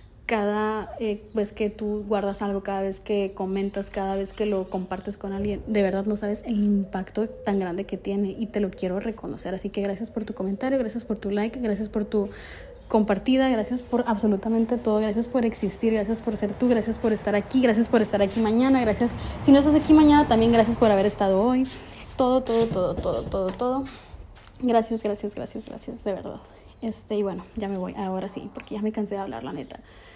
cada eh, vez que tú guardas algo, cada vez que comentas, cada vez que lo compartes con alguien, de verdad no sabes el impacto tan grande que tiene y te lo quiero reconocer, así que gracias por tu comentario, gracias por tu like, gracias por tu compartida, gracias por absolutamente todo, gracias por existir, gracias por ser tú, gracias por estar aquí, gracias por estar aquí mañana, gracias, si no estás aquí mañana también gracias por haber estado hoy, todo, todo, todo, todo, todo, todo, gracias, gracias, gracias, gracias, de verdad, este, y bueno, ya me voy, ahora sí, porque ya me cansé de hablar, la neta,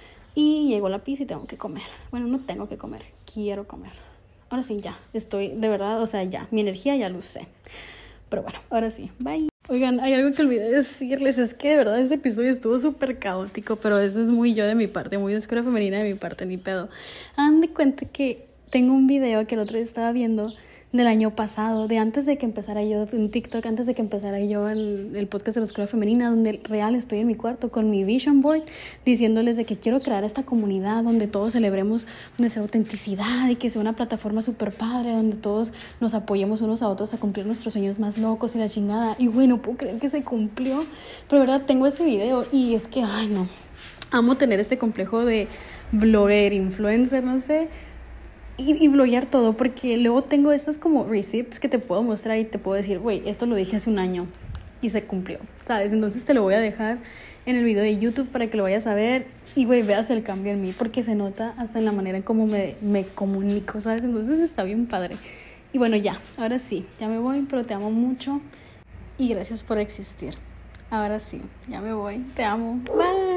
y llegó la pizza y tengo que comer, bueno, no tengo que comer, quiero comer, ahora sí, ya, estoy, de verdad, o sea, ya, mi energía ya lo usé, pero bueno, ahora sí, bye. Oigan, hay algo que olvidé decirles, es que de verdad este episodio estuvo súper caótico, pero eso es muy yo de mi parte, muy oscura femenina de mi parte, ni pedo. Hagan de cuenta que tengo un video que el otro día estaba viendo del año pasado, de antes de que empezara yo en TikTok, antes de que empezara yo el, el podcast de la oscura femenina, donde real estoy en mi cuarto con mi vision board, diciéndoles de que quiero crear esta comunidad donde todos celebremos nuestra autenticidad y que sea una plataforma súper padre, donde todos nos apoyemos unos a otros a cumplir nuestros sueños más locos y la chingada. Y bueno, puedo creer que se cumplió, pero de verdad tengo ese video y es que, ay no, amo tener este complejo de blogger, influencer, no sé, Y, y bloguear todo, porque luego tengo estas como receipts que te puedo mostrar y te puedo decir, güey, esto lo dije hace un año y se cumplió, ¿sabes? Entonces te lo voy a dejar en el video de YouTube para que lo vayas a ver y, güey, veas el cambio en mí, porque se nota hasta en la manera en cómo me, me comunico, ¿sabes? Entonces está bien padre. Y bueno, ya, ahora sí, ya me voy, pero te amo mucho y gracias por existir. Ahora sí, ya me voy, te amo, bye.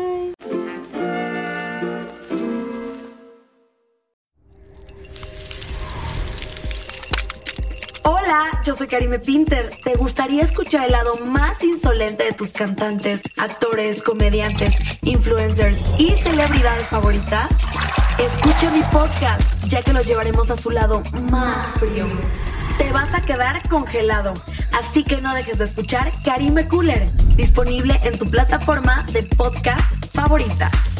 Hola, yo soy Karime Pinter. ¿Te gustaría escuchar el lado más insolente de tus cantantes, actores, comediantes, influencers y celebridades favoritas? Escucha mi podcast, ya que los llevaremos a su lado más frío. Te vas a quedar congelado, así que no dejes de escuchar Karime Cooler, disponible en tu plataforma de podcast favorita.